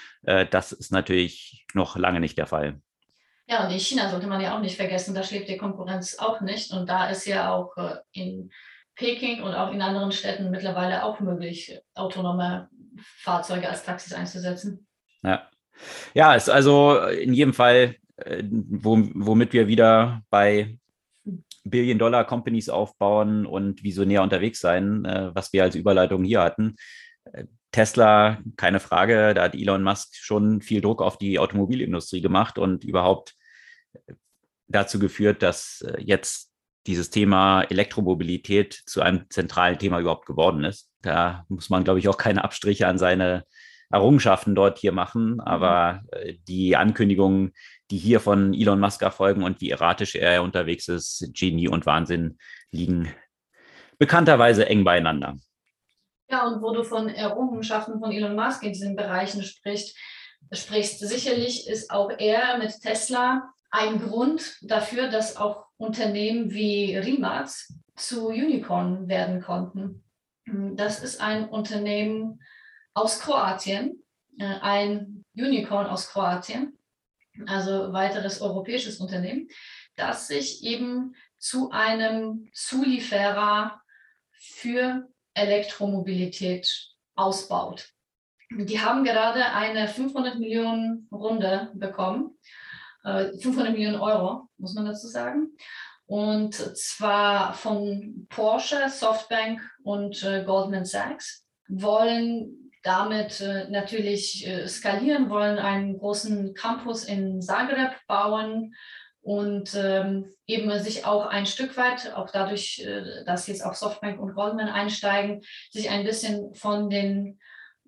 Das ist natürlich noch lange nicht der Fall. Ja, und in China sollte man ja auch nicht vergessen, da schläft die Konkurrenz auch nicht. Und da ist ja auch in Peking und auch in anderen Städten mittlerweile auch möglich, autonome Fahrzeuge als Taxis einzusetzen. Ja, ja, ist also in jedem Fall, womit wir wieder bei Billion-Dollar-Companies aufbauen und visionär unterwegs sein, was wir als Überleitung hier hatten. Tesla, keine Frage, da hat Elon Musk schon viel Druck auf die Automobilindustrie gemacht und überhaupt dazu geführt, dass jetzt dieses Thema Elektromobilität zu einem zentralen Thema überhaupt geworden ist. Da muss man, glaube ich, auch keine Abstriche an seine Errungenschaften dort hier machen, aber die Ankündigungen, die hier von Elon Musk erfolgen und wie erratisch er unterwegs ist, Genie und Wahnsinn, liegen bekannterweise eng beieinander. Ja, und wo du von Errungenschaften von Elon Musk in diesen Bereichen sprichst, sicherlich ist auch er mit Tesla ein Grund dafür, dass auch Unternehmen wie Rimac zu Unicorn werden konnten. Das ist ein Unternehmen aus Kroatien, ein Unicorn aus Kroatien, also weiteres europäisches Unternehmen, das sich eben zu einem Zulieferer für Elektromobilität ausbaut. Die haben gerade eine 500 Millionen Runde bekommen, 500 Millionen Euro, muss man dazu sagen. Und zwar von Porsche, Softbank und Goldman Sachs, wollen damit natürlich skalieren, wollen einen großen Campus in Zagreb bauen und eben sich auch ein Stück weit, auch dadurch, dass jetzt auch Softbank und Goldman einsteigen, sich ein bisschen von den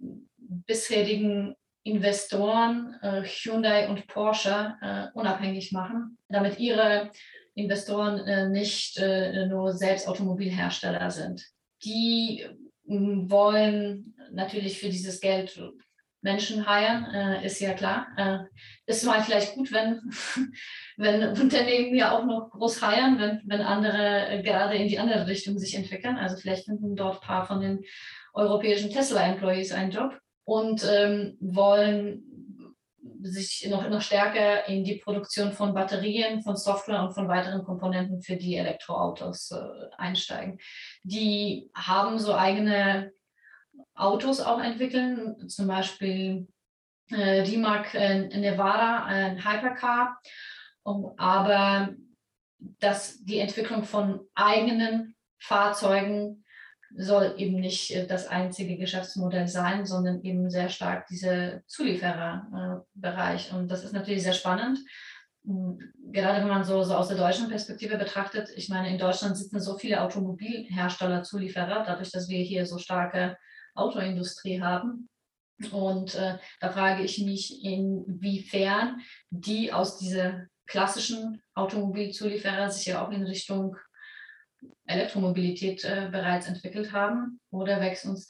bisherigen Investoren Hyundai und Porsche unabhängig machen, damit ihre Investoren nicht nur selbst Automobilhersteller sind. Die wollen natürlich für dieses Geld Menschen heiern, ist ja klar. Ist mal vielleicht gut, wenn, wenn Unternehmen ja auch noch groß heiern, wenn andere gerade in die andere Richtung sich entwickeln. Also vielleicht finden dort ein paar von den europäischen Tesla-Employees einen Job und wollen sich noch stärker in die Produktion von Batterien, von Software und von weiteren Komponenten für die Elektroautos einsteigen. Die haben so eigene Autos auch entwickeln, zum Beispiel Rimac Nevada, ein Hypercar. Aber die Entwicklung von eigenen Fahrzeugen soll eben nicht das einzige Geschäftsmodell sein, sondern eben sehr stark dieser Zuliefererbereich. Und das ist natürlich sehr spannend. Gerade wenn man so aus der deutschen Perspektive betrachtet, ich meine, in Deutschland sitzen so viele Automobilhersteller, Zulieferer, dadurch, dass wir hier so starke Autoindustrie haben. Und da frage ich mich, inwiefern die aus dieser klassischen Automobilzulieferer sich ja auch in Richtung Elektromobilität bereits entwickelt haben, oder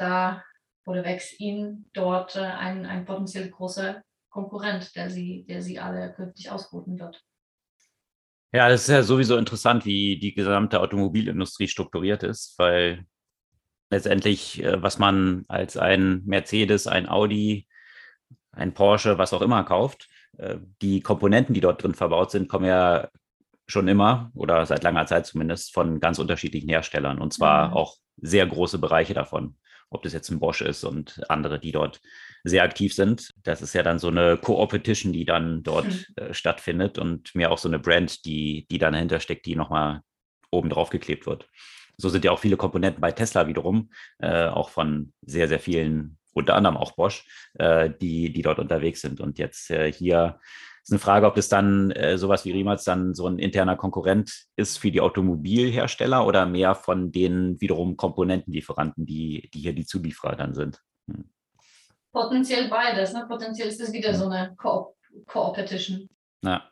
wächst ihnen dort ein potenziell großer Konkurrent, der sie alle künftig ausboten wird. Ja, das ist ja sowieso interessant, wie die gesamte Automobilindustrie strukturiert ist, weil letztendlich, was man als ein Mercedes, ein Audi, ein Porsche, was auch immer kauft, die Komponenten, die dort drin verbaut sind, kommen ja schon immer oder seit langer Zeit zumindest von ganz unterschiedlichen Herstellern, und zwar auch sehr große Bereiche davon, ob das jetzt ein Bosch ist und andere, die dort sehr aktiv sind. Das ist ja dann so eine Co-Opetition, die dann dort stattfindet, und mir auch so eine Brand, die dann dahinter steckt, die nochmal oben drauf geklebt wird. So sind ja auch viele Komponenten bei Tesla wiederum, auch von sehr, sehr vielen, unter anderem auch Bosch, die dort unterwegs sind. Und jetzt hier ist eine Frage, ob das dann sowas wie Rimac dann so ein interner Konkurrent ist für die Automobilhersteller oder mehr von den wiederum Komponentenlieferanten, die hier die Zulieferer dann sind. Potenziell beides, ne? Potenziell ist es wieder so eine Co-Opetition. Ja.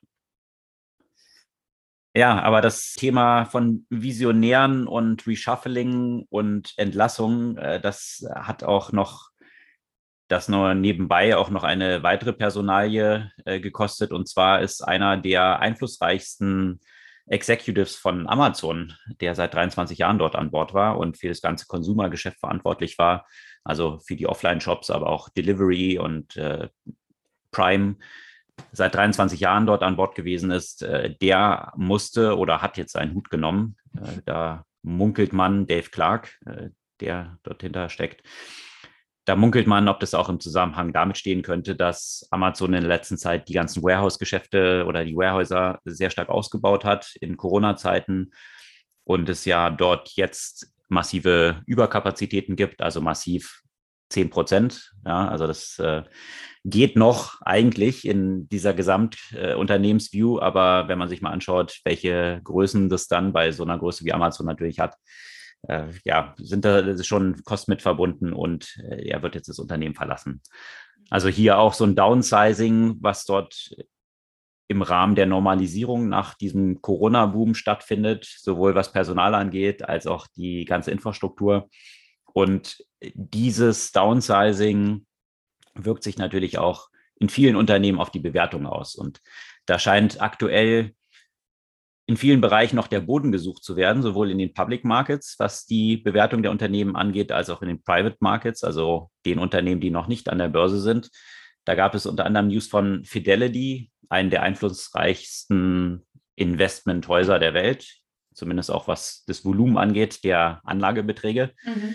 Ja, aber das Thema von Visionären und Reshuffling und Entlassungen, das hat auch noch das nur nebenbei auch noch eine weitere Personalie gekostet. Und zwar ist einer der einflussreichsten Executives von Amazon, der seit 23 Jahren dort an Bord war und für das ganze Konsumergeschäft verantwortlich war, also für die Offline-Shops, aber auch Delivery und Prime, seit 23 Jahren dort an Bord gewesen ist, der musste oder hat jetzt seinen Hut genommen. Da munkelt man, Dave Clark, der dort hinter steckt, da munkelt man, ob das auch im Zusammenhang damit stehen könnte, dass Amazon in der letzten Zeit die ganzen Warehouse-Geschäfte oder die Warehäuser sehr stark ausgebaut hat in Corona-Zeiten und es ja dort jetzt massive Überkapazitäten gibt, also massiv 10%. Ja, also das geht noch eigentlich in dieser Gesamtunternehmensview, aber wenn man sich mal anschaut, welche Größen das dann bei so einer Größe wie Amazon natürlich hat, sind da schon Kosten mit verbunden, und er wird jetzt das Unternehmen verlassen. Also hier auch so ein Downsizing, was dort im Rahmen der Normalisierung nach diesem Corona-Boom stattfindet, sowohl was Personal angeht, als auch die ganze Infrastruktur. Und dieses Downsizing wirkt sich natürlich auch in vielen Unternehmen auf die Bewertung aus. Und da scheint aktuell in vielen Bereichen noch der Boden gesucht zu werden, sowohl in den Public Markets, was die Bewertung der Unternehmen angeht, als auch in den Private Markets, also den Unternehmen, die noch nicht an der Börse sind. Da gab es unter anderem News von Fidelity, einen der einflussreichsten Investmenthäuser der Welt, zumindest auch was das Volumen angeht, der Anlagebeträge.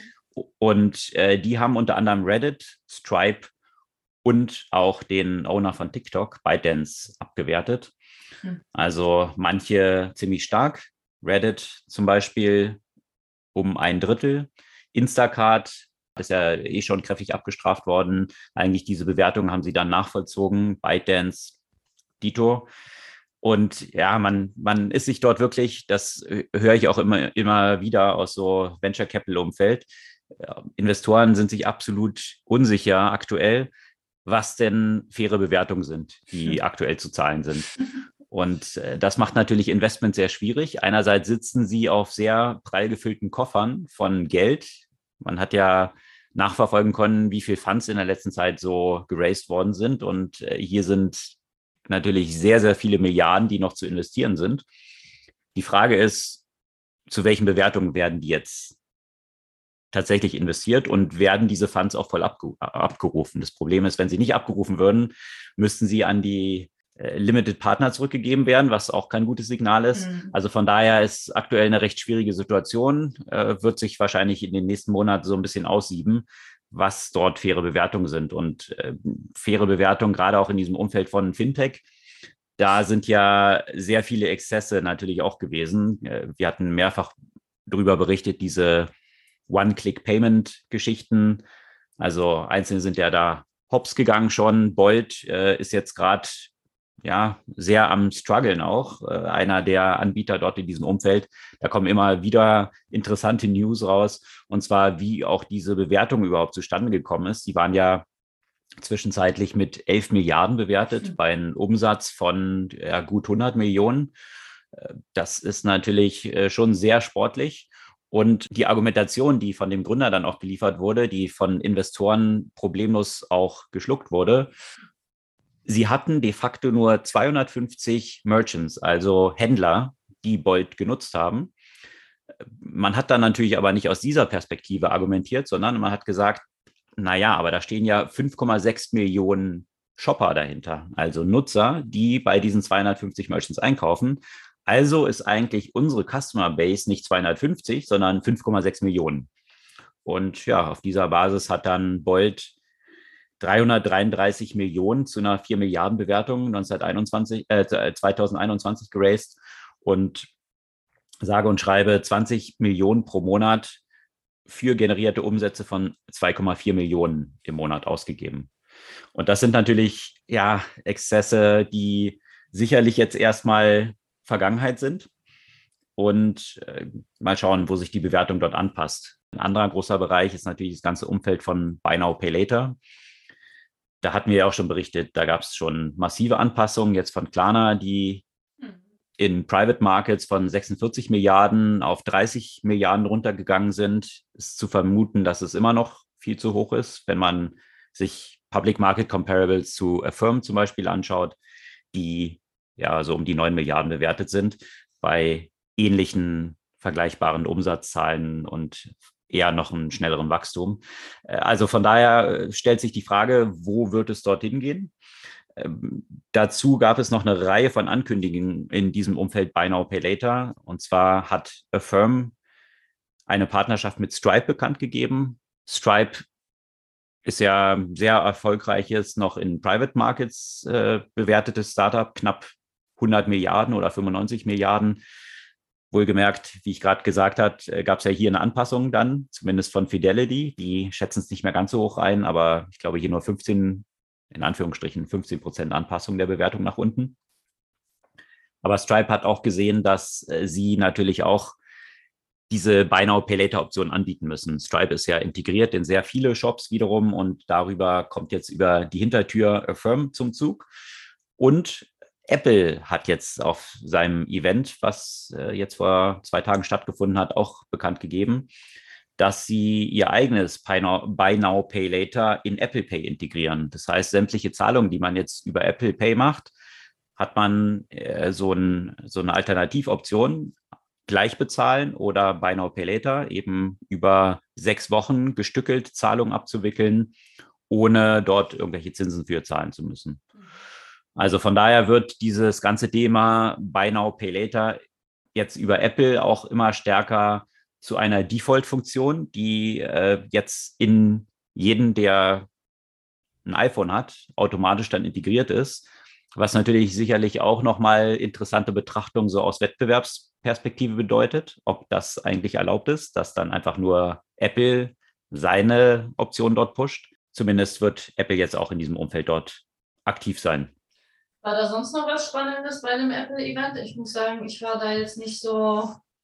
Und die haben unter anderem Reddit, Stripe und auch den Owner von TikTok, ByteDance, abgewertet. Also manche ziemlich stark, Reddit zum Beispiel um 1/3. Instacart ist ja eh schon kräftig abgestraft worden. Eigentlich diese Bewertung haben sie dann nachvollzogen, ByteDance, Dito. Und ja, man ist sich dort wirklich, das höre ich auch immer wieder aus so Venture Capital Umfeld, Investoren sind sich absolut unsicher aktuell, was denn faire Bewertungen sind, die aktuell zu zahlen sind. Und das macht natürlich Investment sehr schwierig. Einerseits sitzen sie auf sehr prall gefüllten Koffern von Geld. Man hat ja nachverfolgen können, wie viel Funds in der letzten Zeit so geraced worden sind. Und hier sind natürlich sehr, sehr viele Milliarden, die noch zu investieren sind. Die Frage ist, zu welchen Bewertungen werden die jetzt tatsächlich investiert und werden diese Funds auch voll abgerufen? Das Problem ist, wenn sie nicht abgerufen würden, müssten sie an die Limited Partner zurückgegeben werden, was auch kein gutes Signal ist. Also von daher ist aktuell eine recht schwierige Situation, wird sich wahrscheinlich in den nächsten Monaten so ein bisschen aussieben, was dort faire Bewertungen sind. Und faire Bewertungen, gerade auch in diesem Umfeld von Fintech, da sind ja sehr viele Exzesse natürlich auch gewesen. Wir hatten mehrfach darüber berichtet, diese One-Click-Payment-Geschichten. Also einzelne sind ja da hops gegangen schon. Bolt ist jetzt gerade sehr am struggeln auch. Einer der Anbieter dort in diesem Umfeld. Da kommen immer wieder interessante News raus. Und zwar, wie auch diese Bewertung überhaupt zustande gekommen ist. Die waren ja zwischenzeitlich mit 11 Milliarden bewertet bei einem Umsatz von gut 100 Millionen. Das ist natürlich schon sehr sportlich. Und die Argumentation, die von dem Gründer dann auch geliefert wurde, die von Investoren problemlos auch geschluckt wurde, sie hatten de facto nur 250 Merchants, also Händler, die Bolt genutzt haben. Man hat dann natürlich aber nicht aus dieser Perspektive argumentiert, sondern man hat gesagt, naja, aber da stehen ja 5,6 Millionen Shopper dahinter, also Nutzer, die bei diesen 250 Merchants einkaufen. Also ist eigentlich unsere Customer Base nicht 250, sondern 5,6 Millionen. Und ja, auf dieser Basis hat dann Bolt 333 Millionen zu einer 4 Milliarden Bewertung 2021 geraced und sage und schreibe 20 Millionen pro Monat für generierte Umsätze von 2,4 Millionen im Monat ausgegeben. Und das sind natürlich Exzesse, die sicherlich jetzt erstmal Vergangenheit sind und mal schauen, wo sich die Bewertung dort anpasst. Ein anderer großer Bereich ist natürlich das ganze Umfeld von Buy Now, Pay Later. Da hatten wir ja auch schon berichtet, da gab es schon massive Anpassungen jetzt von Klarna, die in Private Markets von 46 Milliarden auf 30 Milliarden runtergegangen sind. Ist zu vermuten, dass es immer noch viel zu hoch ist, wenn man sich Public Market Comparables zu Affirm zum Beispiel anschaut, die ja so um die 9 Milliarden bewertet sind, bei ähnlichen vergleichbaren Umsatzzahlen und eher noch einen schnelleren Wachstum. Also von daher stellt sich die Frage, wo wird es dorthin gehen? Dazu gab es noch eine Reihe von Ankündigungen in diesem Umfeld Buy Now, Pay Later. Und zwar hat Affirm eine Partnerschaft mit Stripe bekannt gegeben. Stripe ist ja ein sehr erfolgreiches, noch in Private Markets bewertetes Startup, knapp 100 Milliarden oder 95 Milliarden. Wohlgemerkt, wie ich gerade gesagt habe, gab es ja hier eine Anpassung dann, zumindest von Fidelity. Die schätzen es nicht mehr ganz so hoch ein, aber ich glaube hier nur 15% Anpassung der Bewertung nach unten. Aber Stripe hat auch gesehen, dass sie natürlich auch diese Buy Now, Pay Later Option anbieten müssen. Stripe ist ja integriert in sehr viele Shops wiederum und darüber kommt jetzt über die Hintertür Affirm zum Zug. Und Apple hat jetzt auf seinem Event, was jetzt vor 2 Tagen stattgefunden hat, auch bekannt gegeben, dass sie ihr eigenes Buy Now, Pay Later in Apple Pay integrieren. Das heißt, sämtliche Zahlungen, die man jetzt über Apple Pay macht, hat man so eine Alternativoption, gleich bezahlen oder Buy Now, Pay Later, eben über 6 Wochen gestückelt Zahlungen abzuwickeln, ohne dort irgendwelche Zinsen für zahlen zu müssen. Also von daher wird dieses ganze Thema Buy Now, Pay Later jetzt über Apple auch immer stärker zu einer Default-Funktion, die jetzt in jeden, der ein iPhone hat, automatisch dann integriert ist, was natürlich sicherlich auch nochmal interessante Betrachtung so aus Wettbewerbsperspektive bedeutet, ob das eigentlich erlaubt ist, dass dann einfach nur Apple seine Option dort pusht. Zumindest wird Apple jetzt auch in diesem Umfeld dort aktiv sein. War da sonst noch was Spannendes bei dem Apple-Event? Ich muss sagen, ich war da jetzt nicht so.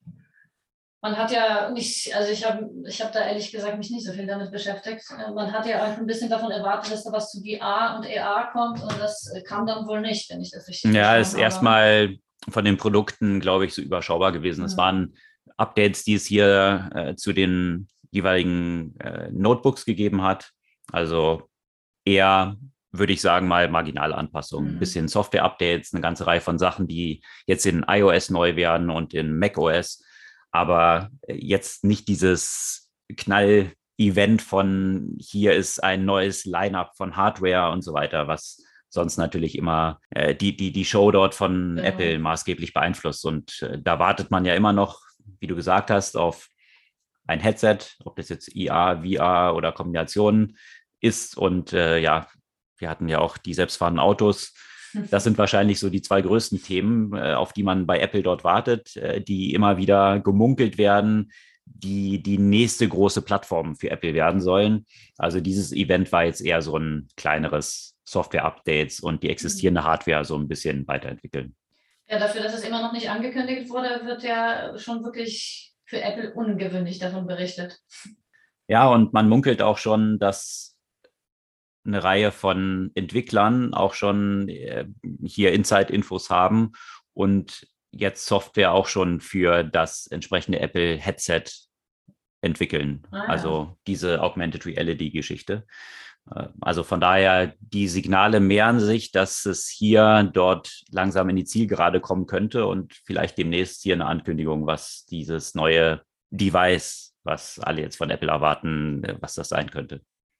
Man hat ja nicht, also ich hab da ehrlich gesagt mich nicht so viel damit beschäftigt. Man hat ja auch ein bisschen davon erwartet, dass da was zu VR und AR kommt und das kam dann wohl nicht, wenn ich das richtig verstanden habe. Ja, ist erstmal von den Produkten, glaube ich, so überschaubar gewesen. Es waren Updates, die es hier zu den jeweiligen Notebooks gegeben hat. Also eher, würde ich sagen, mal marginale Anpassungen. Ein bisschen Software-Updates, eine ganze Reihe von Sachen, die jetzt in iOS neu werden und in macOS. Aber jetzt nicht dieses Knall-Event von hier ist ein neues Line-up von Hardware und so weiter, was sonst natürlich immer die Show dort von Apple maßgeblich beeinflusst. Und da wartet man ja immer noch, wie du gesagt hast, auf ein Headset, ob das jetzt IA, VR oder Kombinationen ist. Und ja, wir hatten ja auch die selbstfahrenden Autos. Das sind wahrscheinlich so die zwei größten Themen, auf die man bei Apple dort wartet, die immer wieder gemunkelt werden, die nächste große Plattform für Apple werden sollen. Also dieses Event war jetzt eher so ein kleineres Software-Updates und die existierende Hardware so ein bisschen weiterentwickeln. Ja, dafür, dass es immer noch nicht angekündigt wurde, wird ja schon wirklich für Apple ungewöhnlich davon berichtet. Ja, und man munkelt auch schon, dass eine Reihe von Entwicklern auch schon hier Inside-Infos haben und jetzt Software auch schon für das entsprechende Apple-Headset entwickeln. Ah, ja. Also diese Augmented Reality-Geschichte. Also von daher, die Signale mehren sich, dass es hier dort langsam in die Zielgerade kommen könnte und vielleicht demnächst hier eine Ankündigung, was dieses neue Device, was alle jetzt von Apple erwarten, was das sein könnte.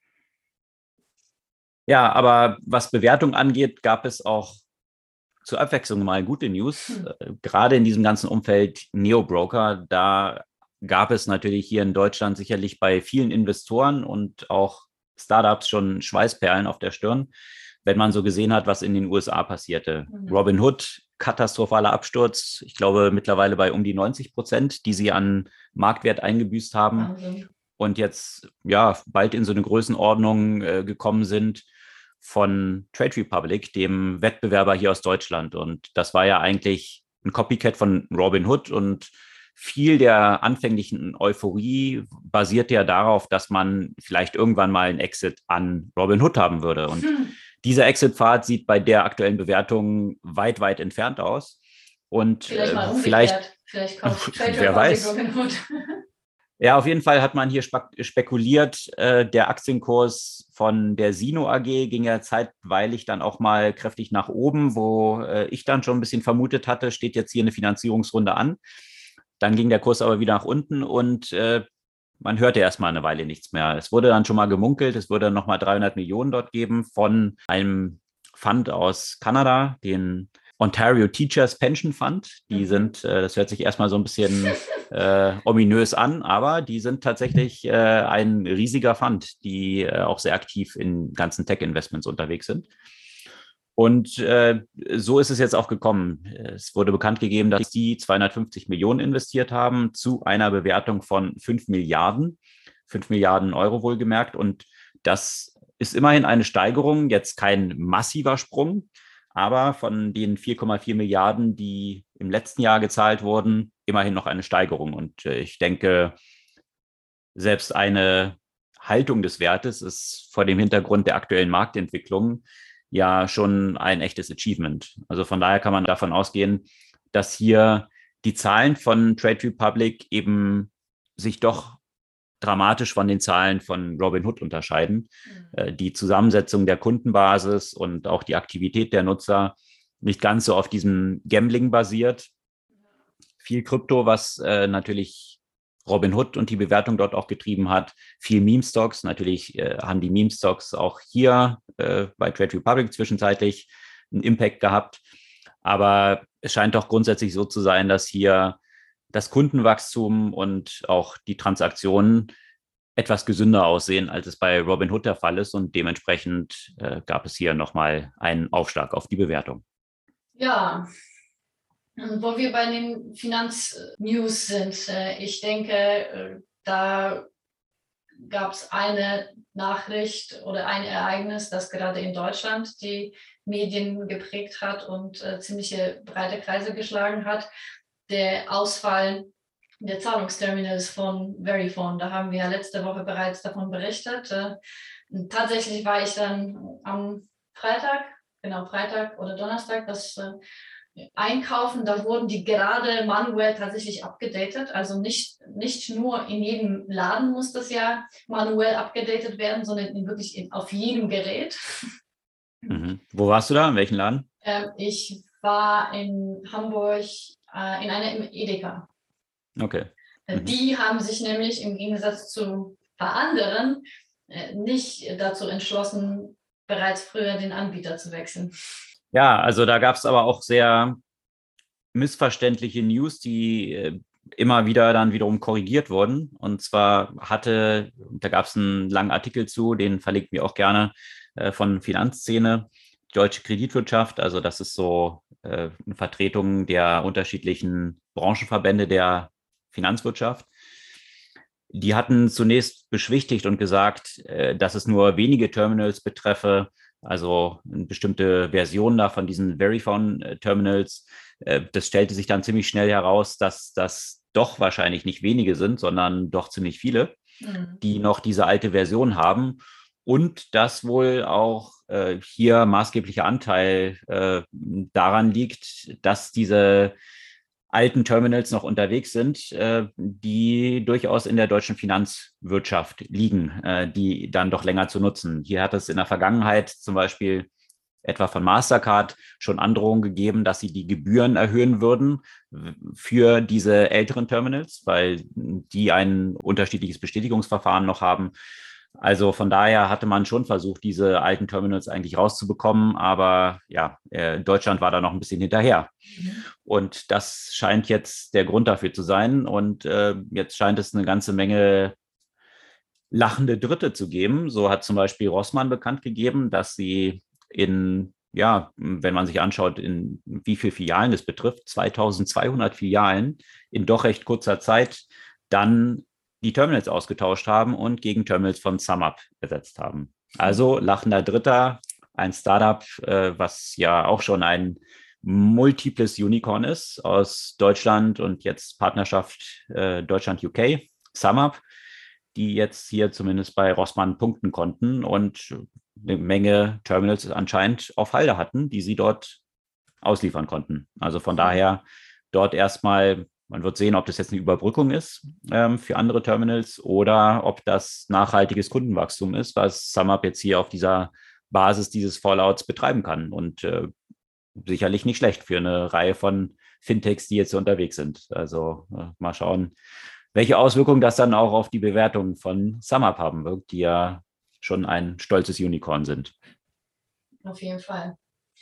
Ja, aber was Bewertung angeht, gab es auch zur Abwechslung mal gute News. Gerade in diesem ganzen Umfeld Neo-Broker, da gab es natürlich hier in Deutschland sicherlich bei vielen Investoren und auch Startups schon Schweißperlen auf der Stirn, wenn man so gesehen hat, was in den USA passierte. Robinhood, katastrophaler Absturz, ich glaube mittlerweile bei um die 90%, die sie an Marktwert eingebüßt haben. Wahnsinn. Und jetzt ja bald in so eine Größenordnung gekommen sind von Trade Republic, dem Wettbewerber hier aus Deutschland. Und das war ja eigentlich ein Copycat von Robinhood und viel der anfänglichen Euphorie basiert ja darauf, dass man vielleicht irgendwann mal einen Exit an Robinhood haben würde. Und dieser Exit-Pfad sieht bei der aktuellen Bewertung weit, weit entfernt aus. Und vielleicht mal umgekehrt. Vielleicht kauft Trade wer weiß. Robinhood. Ja, auf jeden Fall hat man hier spekuliert. Der Aktienkurs von der Sino AG ging ja zeitweilig dann auch mal kräftig nach oben, wo ich dann schon ein bisschen vermutet hatte, steht jetzt hier eine Finanzierungsrunde an. Dann ging der Kurs aber wieder nach unten und man hörte erstmal eine Weile nichts mehr. Es wurde dann schon mal gemunkelt, es würde nochmal 300 Millionen dort geben von einem Fund aus Kanada, den Ontario Teachers Pension Fund. Die sind, das hört sich erstmal so ein bisschen ominös an, aber die sind tatsächlich ein riesiger Fund, die auch sehr aktiv in ganzen Tech-Investments unterwegs sind. Und so ist es jetzt auch gekommen. Es wurde bekannt gegeben, dass die 250 Millionen investiert haben zu einer Bewertung von 5 Milliarden, 5 Milliarden Euro wohlgemerkt. Und das ist immerhin eine Steigerung, jetzt kein massiver Sprung, aber von den 4,4 Milliarden, die im letzten Jahr gezahlt wurden, immerhin noch eine Steigerung. Und ich denke, selbst eine Haltung des Wertes ist vor dem Hintergrund der aktuellen Marktentwicklung ja schon ein echtes Achievement. Also von daher kann man davon ausgehen, dass hier die Zahlen von Trade Republic eben sich doch dramatisch von den Zahlen von Robinhood unterscheiden. Die Zusammensetzung der Kundenbasis und auch die Aktivität der Nutzer nicht ganz so auf diesem Gambling basiert. Viel Krypto, was natürlich Robinhood und die Bewertung dort auch getrieben hat. Viel Meme-Stocks. Natürlich haben die Meme-Stocks auch hier bei Trade Republic zwischenzeitlich einen Impact gehabt. Aber es scheint doch grundsätzlich so zu sein, dass hier das Kundenwachstum und auch die Transaktionen etwas gesünder aussehen, als es bei Robinhood der Fall ist. Und dementsprechend gab es hier nochmal einen Aufschlag auf die Bewertung. Ja, wo wir bei den Finanznews sind, ich denke, da gab es eine Nachricht oder ein Ereignis, das gerade in Deutschland die Medien geprägt hat und ziemliche breite Kreise geschlagen hat. Der Ausfall der Zahlungsterminals von Verifone. Da haben wir ja letzte Woche bereits davon berichtet. Tatsächlich war ich dann am Freitag oder Donnerstag, das einkaufen, da wurden die gerade manuell tatsächlich abgedatet. Also nicht nur in jedem Laden muss das ja manuell abgedatet werden, sondern auf jedem Gerät. Mhm. Wo warst du da? In welchem Laden? Ich war in Hamburg in einer Edeka. Okay. Die haben sich nämlich im Gegensatz zu ein paar anderen nicht dazu entschlossen, bereits früher den Anbieter zu wechseln. Ja, also da gab es aber auch sehr missverständliche News, die immer wieder dann wiederum korrigiert wurden. Und zwar da gab es einen langen Artikel zu, den verlinken wir auch gerne von Finanzszene, die deutsche Kreditwirtschaft. Also das ist so eine Vertretung der unterschiedlichen Branchenverbände der Finanzwirtschaft. Die hatten zunächst beschwichtigt und gesagt, dass es nur wenige Terminals betreffe, also eine bestimmte Version da von diesen Verifone-Terminals. Das stellte sich dann ziemlich schnell heraus, dass das doch wahrscheinlich nicht wenige sind, sondern doch ziemlich viele, die noch diese alte Version haben. Und dass wohl auch hier maßgeblicher Anteil daran liegt, dass diese alten Terminals noch unterwegs sind, die durchaus in der deutschen Finanzwirtschaft liegen, die dann doch länger zu nutzen. Hier hat es in der Vergangenheit zum Beispiel etwa von Mastercard schon Androhungen gegeben, dass sie die Gebühren erhöhen würden für diese älteren Terminals, weil die ein unterschiedliches Bestätigungsverfahren noch haben. Also von daher hatte man schon versucht, diese alten Terminals eigentlich rauszubekommen, aber ja, Deutschland war da noch ein bisschen hinterher. Und das scheint jetzt der Grund dafür zu sein. Und jetzt scheint es eine ganze Menge lachende Dritte zu geben. So hat zum Beispiel Rossmann bekannt gegeben, dass sie wenn man sich anschaut, in wie viele Filialen es betrifft, 2200 Filialen in doch recht kurzer Zeit dann die Terminals ausgetauscht haben und gegen Terminals von SumUp ersetzt haben. Also lachender Dritter, ein Startup, was ja auch schon ein multiples Unicorn ist aus Deutschland und jetzt Partnerschaft Deutschland-UK, SumUp, die jetzt hier zumindest bei Rossmann punkten konnten und eine Menge Terminals anscheinend auf Halde hatten, die sie dort ausliefern konnten. Also von daher dort erstmal, man wird sehen, ob das jetzt eine Überbrückung ist für andere Terminals oder ob das nachhaltiges Kundenwachstum ist, was SumUp jetzt hier auf dieser Basis dieses Fallouts betreiben kann. Und sicherlich nicht schlecht für eine Reihe von Fintechs, die jetzt unterwegs sind. Also mal schauen, welche Auswirkungen das dann auch auf die Bewertung von SumUp haben wird, die ja schon ein stolzes Unicorn sind. Auf jeden Fall.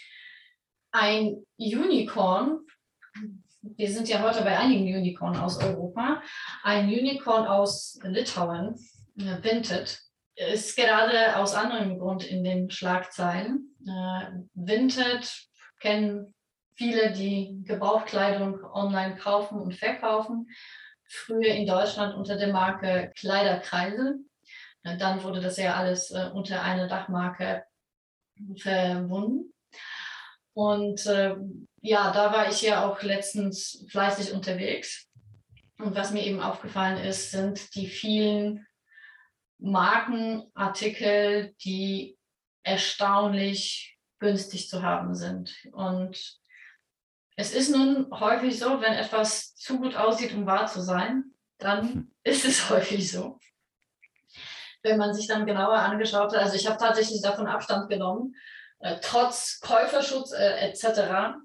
Ein Unicorn, wir sind ja heute bei einigen Unicorn aus Europa, ein Unicorn aus Litauen, Vinted, ist gerade aus anderem Grund in den Schlagzeilen. Vinted kennen viele, die Gebrauchtkleidung online kaufen und verkaufen. Früher in Deutschland unter der Marke Kleiderkreisel. Dann wurde das ja alles unter einer Dachmarke verbunden. Und da war ich ja auch letztens fleißig unterwegs. Und was mir eben aufgefallen ist, sind die vielen Markenartikel, die erstaunlich günstig zu haben sind. Und es ist nun häufig so, wenn etwas zu gut aussieht, um wahr zu sein, dann ist es häufig so. Wenn man sich dann genauer angeschaut hat, also ich habe tatsächlich davon Abstand genommen, trotz Käuferschutz etc.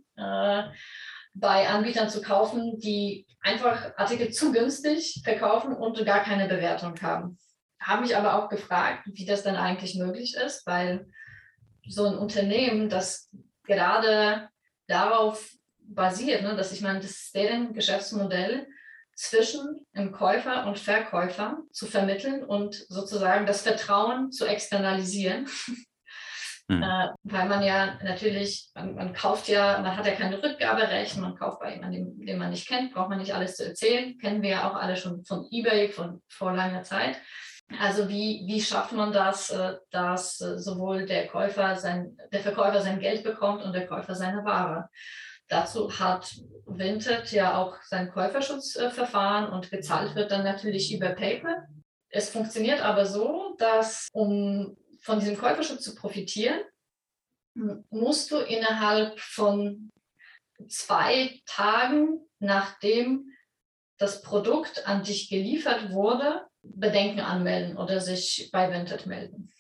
Bei Anbietern zu kaufen, die einfach Artikel zu günstig verkaufen und gar keine Bewertung haben. Habe mich aber auch gefragt, wie das denn eigentlich möglich ist, weil so ein Unternehmen, das gerade darauf basiert, ne, dass ich meine, das ist deren Geschäftsmodell, zwischen dem Käufer und Verkäufer zu vermitteln und sozusagen das Vertrauen zu externalisieren. Weil man ja natürlich, man kauft ja, man hat ja keine Rückgaberecht, man kauft bei jemandem, den man nicht kennt, braucht man nicht alles zu erzählen, kennen wir ja auch alle schon von eBay von vor langer Zeit. Also wie schafft man das, dass sowohl der Verkäufer sein Geld bekommt und der Käufer seine Ware? Dazu hat Vinted ja auch sein Käuferschutzverfahren und gezahlt wird dann natürlich über PayPal. Es funktioniert aber so, dass um von diesem Käuferschutz zu profitieren, musst du innerhalb von 2 Tagen, nachdem das Produkt an dich geliefert wurde, Bedenken anmelden oder sich bei Vinted melden.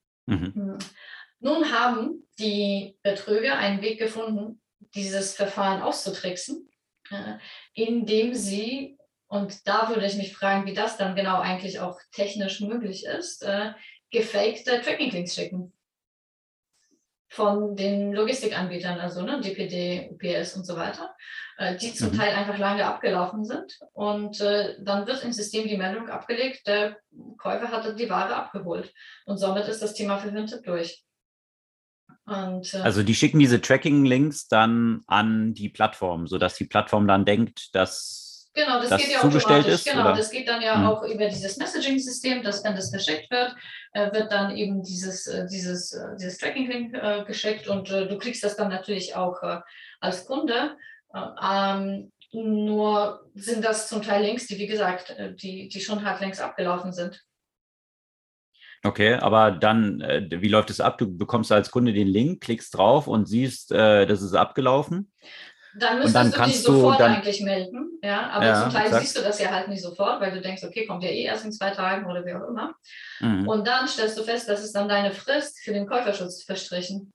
Nun haben die Betrüger einen Weg gefunden, dieses Verfahren auszutricksen, indem sie, und da würde ich mich fragen, wie das dann genau eigentlich auch technisch möglich ist, gefakte Tracking-Links schicken von den Logistikanbietern, also DPD, UPS und so weiter, die zum Teil einfach lange abgelaufen sind. Und dann wird im System die Meldung abgelegt, der Käufer hatte die Ware abgeholt. Und somit ist das Thema für Vinted durch. Und, also die schicken diese Tracking-Links dann an die Plattform, sodass die Plattform dann denkt, dass genau, das geht ja zugestellt automatisch. ist? Genau, oder? das geht dann ja auch über dieses Messaging-System, dass wenn das verschickt wird, wird dann eben dieses Tracking-Link geschickt und du kriegst das dann natürlich auch als Kunde. Nur sind das zum Teil Links, die, wie gesagt, die schon halt längst abgelaufen sind. Okay, aber dann, wie läuft es ab? Du bekommst als Kunde den Link, klickst drauf und siehst, das ist abgelaufen. Dann Und dann müsstest du dich kannst du sofort dann, eigentlich melden, ja, aber zum ja, Teil exakt. siehst du das ja halt nicht sofort, weil du denkst, okay, kommt ja eh erst in 2 Tagen oder wie auch immer. Mhm. Und dann stellst du fest, das ist dann deine Frist für den Käuferschutz verstrichen.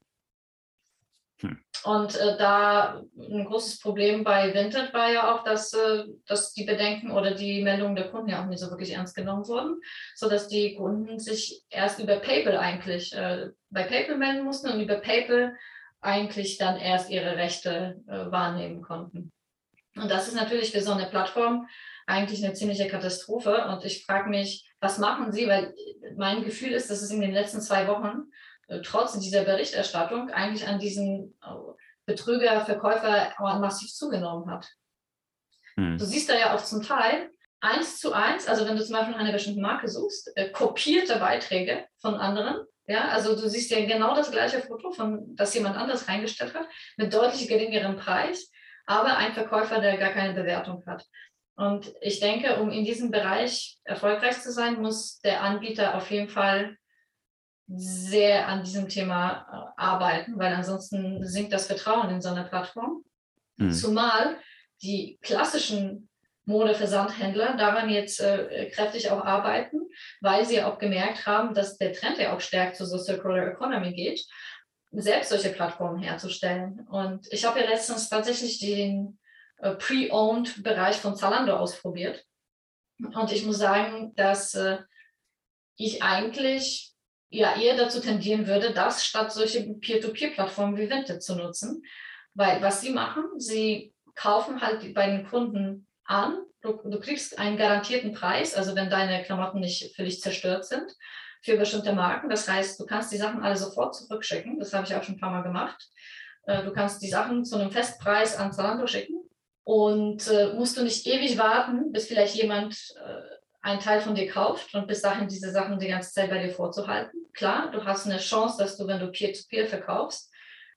Und da ein großes Problem bei Vinted war ja auch, dass die Bedenken oder die Meldungen der Kunden ja auch nicht so wirklich ernst genommen wurden, sodass die Kunden sich erst über PayPal eigentlich bei PayPal melden mussten und über PayPal eigentlich dann erst ihre Rechte wahrnehmen konnten. Und das ist natürlich für so eine Plattform eigentlich eine ziemliche Katastrophe. Und ich frage mich, was machen Sie? Weil mein Gefühl ist, dass es in den letzten 2 Wochen trotz dieser Berichterstattung eigentlich an diesen Betrüger, Verkäufer massiv zugenommen hat. Du siehst da ja auch zum Teil 1:1, also wenn du zum Beispiel nach einer bestimmten Marke suchst, kopierte Beiträge von anderen. Ja, also du siehst ja genau das gleiche Foto, das jemand anders reingestellt hat, mit deutlich geringerem Preis, aber ein Verkäufer, der gar keine Bewertung hat. Und ich denke, um in diesem Bereich erfolgreich zu sein, muss der Anbieter auf jeden Fall sehr an diesem Thema arbeiten, weil ansonsten sinkt das Vertrauen in so eine Plattform. Zumal die klassischen Modeversandhändler daran jetzt kräftig auch arbeiten, weil sie auch gemerkt haben, dass der Trend ja auch stärkt zu so Circular Economy geht, selbst solche Plattformen herzustellen. Und ich habe ja letztens tatsächlich den Pre-Owned-Bereich von Zalando ausprobiert. Und ich muss sagen, dass ich eigentlich ja eher dazu tendieren würde, das statt solche Peer-to-Peer-Plattformen wie Vinted zu nutzen. Weil was sie machen, sie kaufen halt bei den Kunden an, du kriegst einen garantierten Preis, also wenn deine Klamotten nicht völlig zerstört sind, für bestimmte Marken. Das heißt, du kannst die Sachen alle sofort zurückschicken. Das habe ich auch schon ein paar Mal gemacht. Du kannst die Sachen zu einem Festpreis an Zalando schicken und musst du nicht ewig warten, bis vielleicht jemand einen Teil von dir kauft und bis dahin diese Sachen die ganze Zeit bei dir vorzuhalten. Klar, du hast eine Chance, dass du, wenn du Peer-to-Peer verkaufst,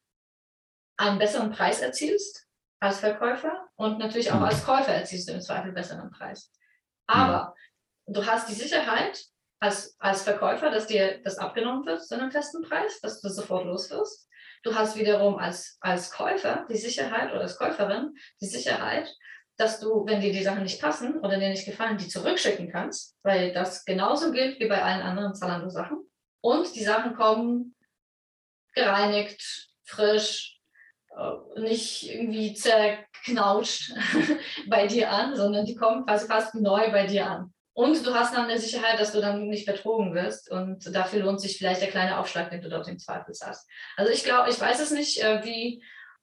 einen besseren Preis erzielst als Verkäufer und natürlich auch als Käufer erzielst du im Zweifel besseren Preis. Aber du hast die Sicherheit als Verkäufer, dass dir das abgenommen wird zu einem festen Preis, dass du sofort los wirst. Du hast wiederum als Käufer die Sicherheit oder als Käuferin die Sicherheit, dass du, wenn dir die Sachen nicht passen oder dir nicht gefallen, die zurückschicken kannst, weil das genauso gilt wie bei allen anderen Zalando-Sachen. Und die Sachen kommen gereinigt, frisch, nicht irgendwie zerknautscht bei dir an, sondern die kommen quasi fast neu bei dir an. Und du hast dann eine Sicherheit, dass du dann nicht betrogen wirst und dafür lohnt sich vielleicht der kleine Aufschlag, den du dort im Zweifel hast. Also ich glaube, ich weiß es nicht, wie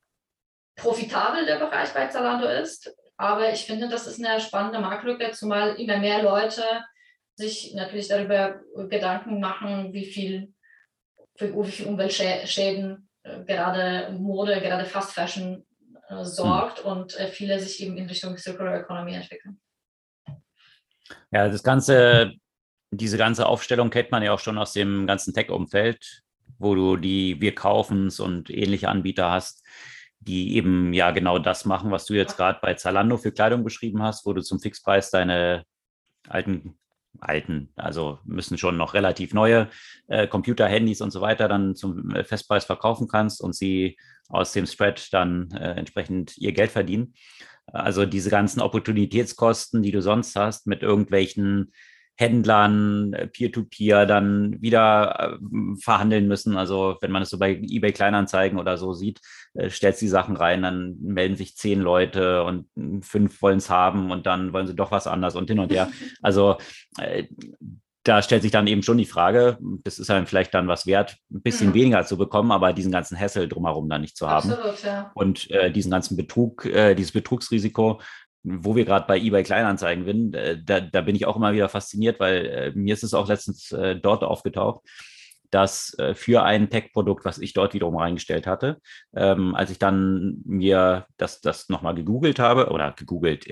profitabel der Bereich bei Zalando ist, aber ich finde, das ist eine spannende Marktlücke, zumal immer mehr Leute sich natürlich darüber Gedanken machen, wie viel Umweltschäden gerade Mode, gerade Fast Fashion sorgt und viele sich eben in Richtung Circular Economy entwickeln. Ja, diese ganze Aufstellung kennt man ja auch schon aus dem ganzen Tech-Umfeld, wo du die Wir kaufen's und ähnliche Anbieter hast, die eben ja genau das machen, was du jetzt gerade bei Zalando für Kleidung beschrieben hast, wo du zum Fixpreis deine alten alten, also müssen schon noch relativ neue Computer, Handys und so weiter dann zum Festpreis verkaufen kannst und sie aus dem Spread dann entsprechend ihr Geld verdienen. Also diese ganzen Opportunitätskosten, die du sonst hast mit irgendwelchen Händlern, Peer-to-Peer dann wieder verhandeln müssen. Also wenn man es so bei eBay Kleinanzeigen oder so sieht, stellst die Sachen rein, dann melden sich 10 Leute und 5 wollen es haben und dann wollen sie doch was anderes und hin und her. Also da stellt sich dann eben schon die Frage, das ist dann vielleicht dann was wert, ein bisschen weniger zu bekommen, aber diesen ganzen Hassel drumherum dann nicht zu haben. Absolut, ja. Und diesen ganzen Betrug, dieses Betrugsrisiko, wo wir gerade bei eBay Kleinanzeigen sind, da bin ich auch immer wieder fasziniert, weil mir ist es auch letztens dort aufgetaucht, dass für ein Tech-Produkt, was ich dort wiederum reingestellt hatte, als ich dann mir das nochmal gegoogelt habe oder gegoogelt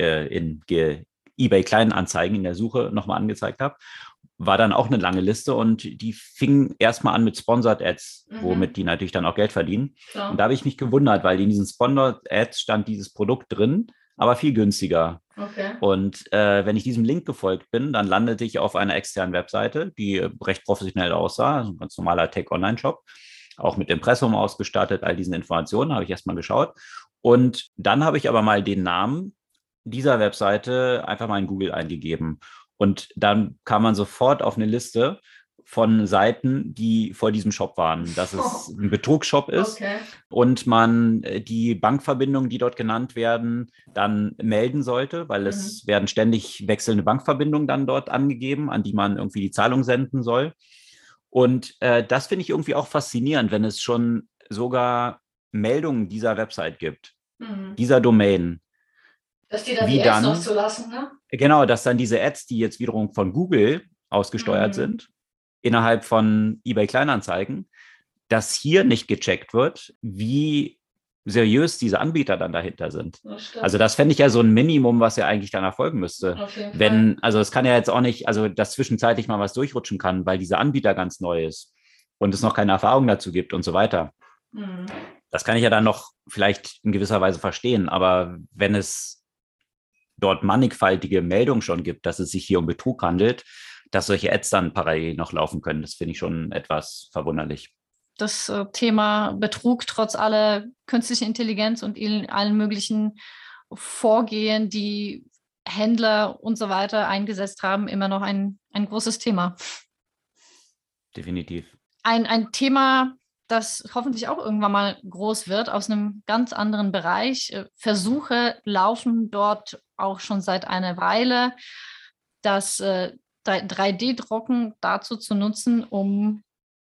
eBay Kleinanzeigen in der Suche nochmal angezeigt habe, war dann auch eine lange Liste und die fing erstmal an mit Sponsored Ads, womit die natürlich dann auch Geld verdienen. Klar. Und da habe ich mich gewundert, weil in diesen Sponsored Ads stand dieses Produkt drin, aber viel günstiger. Okay. Und wenn ich diesem Link gefolgt bin, dann landete ich auf einer externen Webseite, die recht professionell aussah, also ein ganz normaler Tech-Online-Shop, auch mit Impressum ausgestattet, all diesen Informationen habe ich erstmal geschaut. Und dann habe ich aber mal den Namen dieser Webseite einfach mal in Google eingegeben. Und dann kam man sofort auf eine Liste von Seiten, die vor diesem Shop waren, dass es ein Betrugsshop ist und man die Bankverbindungen, die dort genannt werden, dann melden sollte, weil es werden ständig wechselnde Bankverbindungen dann dort angegeben, an die man irgendwie die Zahlung senden soll. Und das finde ich irgendwie auch faszinierend, wenn es schon sogar Meldungen dieser Website gibt, dieser Domain. Dass die dann die Ads noch zulassen, ne? Genau, dass dann diese Ads, die jetzt wiederum von Google ausgesteuert sind, innerhalb von eBay Kleinanzeigen, dass hier nicht gecheckt wird, wie seriös diese Anbieter dann dahinter sind. Also das fände ich ja so ein Minimum, was ja eigentlich dann erfolgen müsste. Also es kann ja jetzt auch nicht, also dass zwischenzeitlich mal was durchrutschen kann, weil dieser Anbieter ganz neu ist und es noch keine Erfahrung dazu gibt und so weiter. Das kann ich ja dann noch vielleicht in gewisser Weise verstehen, aber wenn es dort mannigfaltige Meldungen schon gibt, dass es sich hier um Betrug handelt, dass solche Ads dann parallel noch laufen können, das finde ich schon etwas verwunderlich. Das Thema Betrug trotz aller künstlichen Intelligenz und allen möglichen Vorgehen, die Händler und so weiter eingesetzt haben, immer noch ein großes Thema. Definitiv. Ein Thema, das hoffentlich auch irgendwann mal groß wird, aus einem ganz anderen Bereich. Versuche laufen dort auch schon seit einer Weile, das 3D-Drucken dazu zu nutzen, um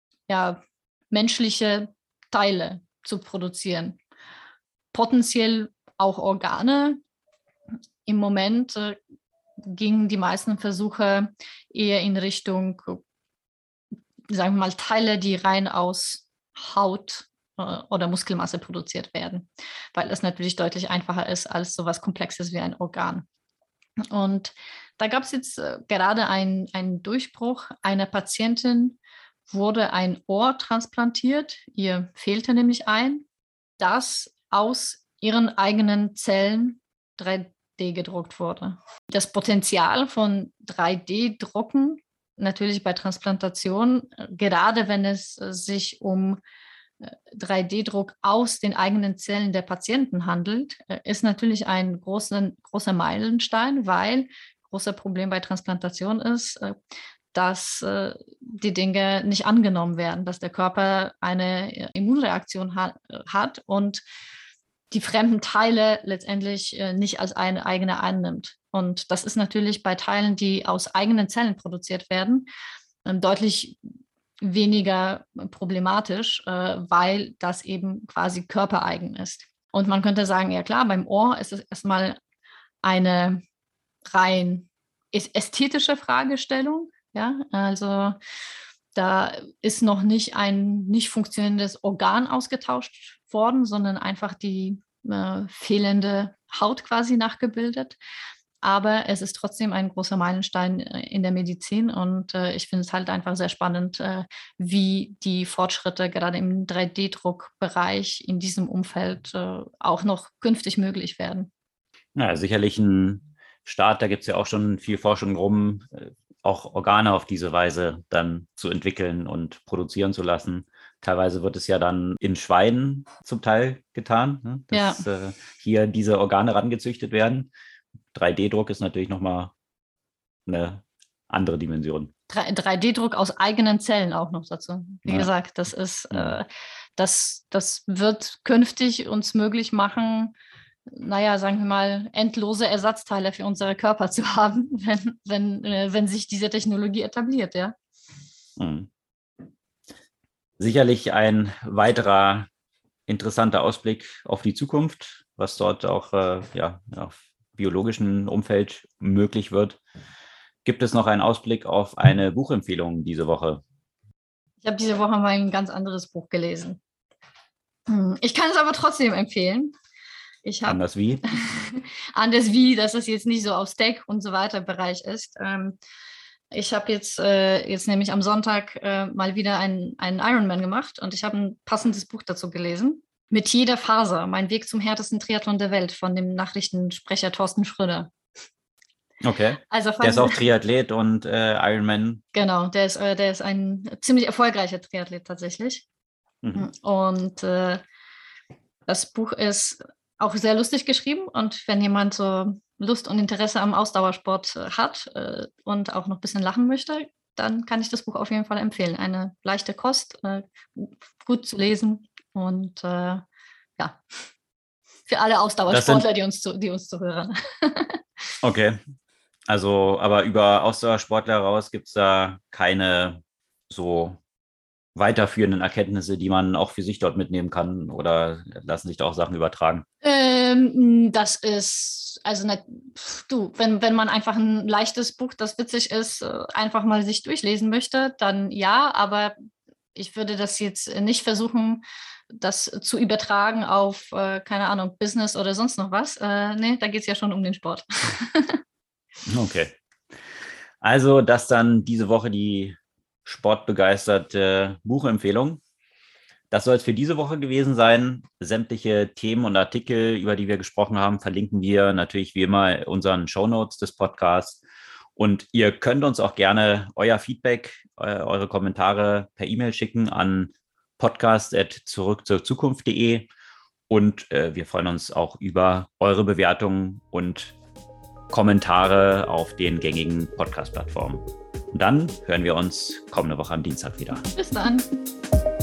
menschliche Teile zu produzieren. Potenziell auch Organe. Im Moment gingen die meisten Versuche eher in Richtung, sagen wir mal, Teile, die rein aus Haut oder Muskelmasse produziert werden, weil es natürlich deutlich einfacher ist als so etwas Komplexes wie ein Organ. Und da gab es jetzt gerade einen Durchbruch. Einer Patientin wurde ein Ohr transplantiert, ihr fehlte nämlich ein, das aus ihren eigenen Zellen 3D gedruckt wurde. Das Potenzial von 3D-Drucken, natürlich bei Transplantation, gerade wenn es sich um 3D-Druck aus den eigenen Zellen der Patienten handelt, ist natürlich ein großer Meilenstein, weil großer Problem bei Transplantation ist, dass die Dinge nicht angenommen werden, dass der Körper eine Immunreaktion hat und die fremden Teile letztendlich nicht als eine eigene annimmt. Und das ist natürlich bei Teilen, die aus eigenen Zellen produziert werden, deutlich weniger problematisch, weil das eben quasi körpereigen ist. Und man könnte sagen, ja klar, beim Ohr ist es erstmal eine rein ästhetische Fragestellung. Ja, also da ist noch nicht ein nicht funktionierendes Organ ausgetauscht worden, sondern einfach die fehlende Haut quasi nachgebildet. Aber es ist trotzdem ein großer Meilenstein in der Medizin und ich finde es halt einfach sehr spannend, wie die Fortschritte gerade im 3D-Druckbereich in diesem Umfeld auch noch künftig möglich werden. Ja, sicherlich ein Start, da gibt es ja auch schon viel Forschung drum. auch Organe auf diese Weise dann zu entwickeln und produzieren zu lassen. Teilweise wird es ja dann in Schweinen zum Teil getan, ne? Dass hier diese Organe rangezüchtet werden. 3D-Druck ist natürlich nochmal eine andere Dimension. 3D-Druck aus eigenen Zellen auch noch dazu. Wie gesagt, das ist, das wird künftig uns möglich machen, sagen wir mal, endlose Ersatzteile für unsere Körper zu haben, wenn sich diese Technologie etabliert, ja. Sicherlich ein weiterer interessanter Ausblick auf die Zukunft, was dort auch auf biologischen Umfeld möglich wird. Gibt es noch einen Ausblick auf eine Buchempfehlung diese Woche? Ich habe diese Woche mal ein ganz anderes Buch gelesen. Ich kann es aber trotzdem empfehlen. Anders wie? Anders wie, dass es jetzt nicht so auf Steak und so weiter Bereich ist. Ich habe jetzt nämlich am Sonntag mal wieder einen Ironman gemacht und ich habe ein passendes Buch dazu gelesen. Mit jeder Faser, mein Weg zum härtesten Triathlon der Welt von dem Nachrichtensprecher Thorsten Schröder. Okay, also der ist auch Triathlet und Ironman. Genau, der ist ein ziemlich erfolgreicher Triathlet tatsächlich. Und das Buch ist auch sehr lustig geschrieben und wenn jemand so Lust und Interesse am Ausdauersport hat und auch noch ein bisschen lachen möchte, dann kann ich das Buch auf jeden Fall empfehlen. Eine leichte Kost, gut zu lesen und für alle Ausdauersportler, die uns zuhören. Okay, also aber über Ausdauersportler heraus gibt es da keine so weiterführenden Erkenntnisse, die man auch für sich dort mitnehmen kann oder lassen sich da auch Sachen übertragen? Das ist, also wenn man einfach ein leichtes Buch, das witzig ist, einfach mal sich durchlesen möchte, dann ja, aber ich würde das jetzt nicht versuchen, das zu übertragen auf, keine Ahnung, Business oder sonst noch was. Nee, da geht es ja schon um den Sport. Okay. Also das dann diese Woche die sportbegeisterte Buchempfehlung. Das soll es für diese Woche gewesen sein. Sämtliche Themen und Artikel, über die wir gesprochen haben, verlinken wir natürlich wie immer in unseren Shownotes des Podcasts. Und ihr könnt uns auch gerne euer Feedback, eure Kommentare per E-Mail schicken an podcast@zurückzurzukunft.de. Und wir freuen uns auch über eure Bewertungen und Kommentare auf den gängigen Podcast-Plattformen. Und dann hören wir uns kommende Woche am Dienstag wieder. Bis dann.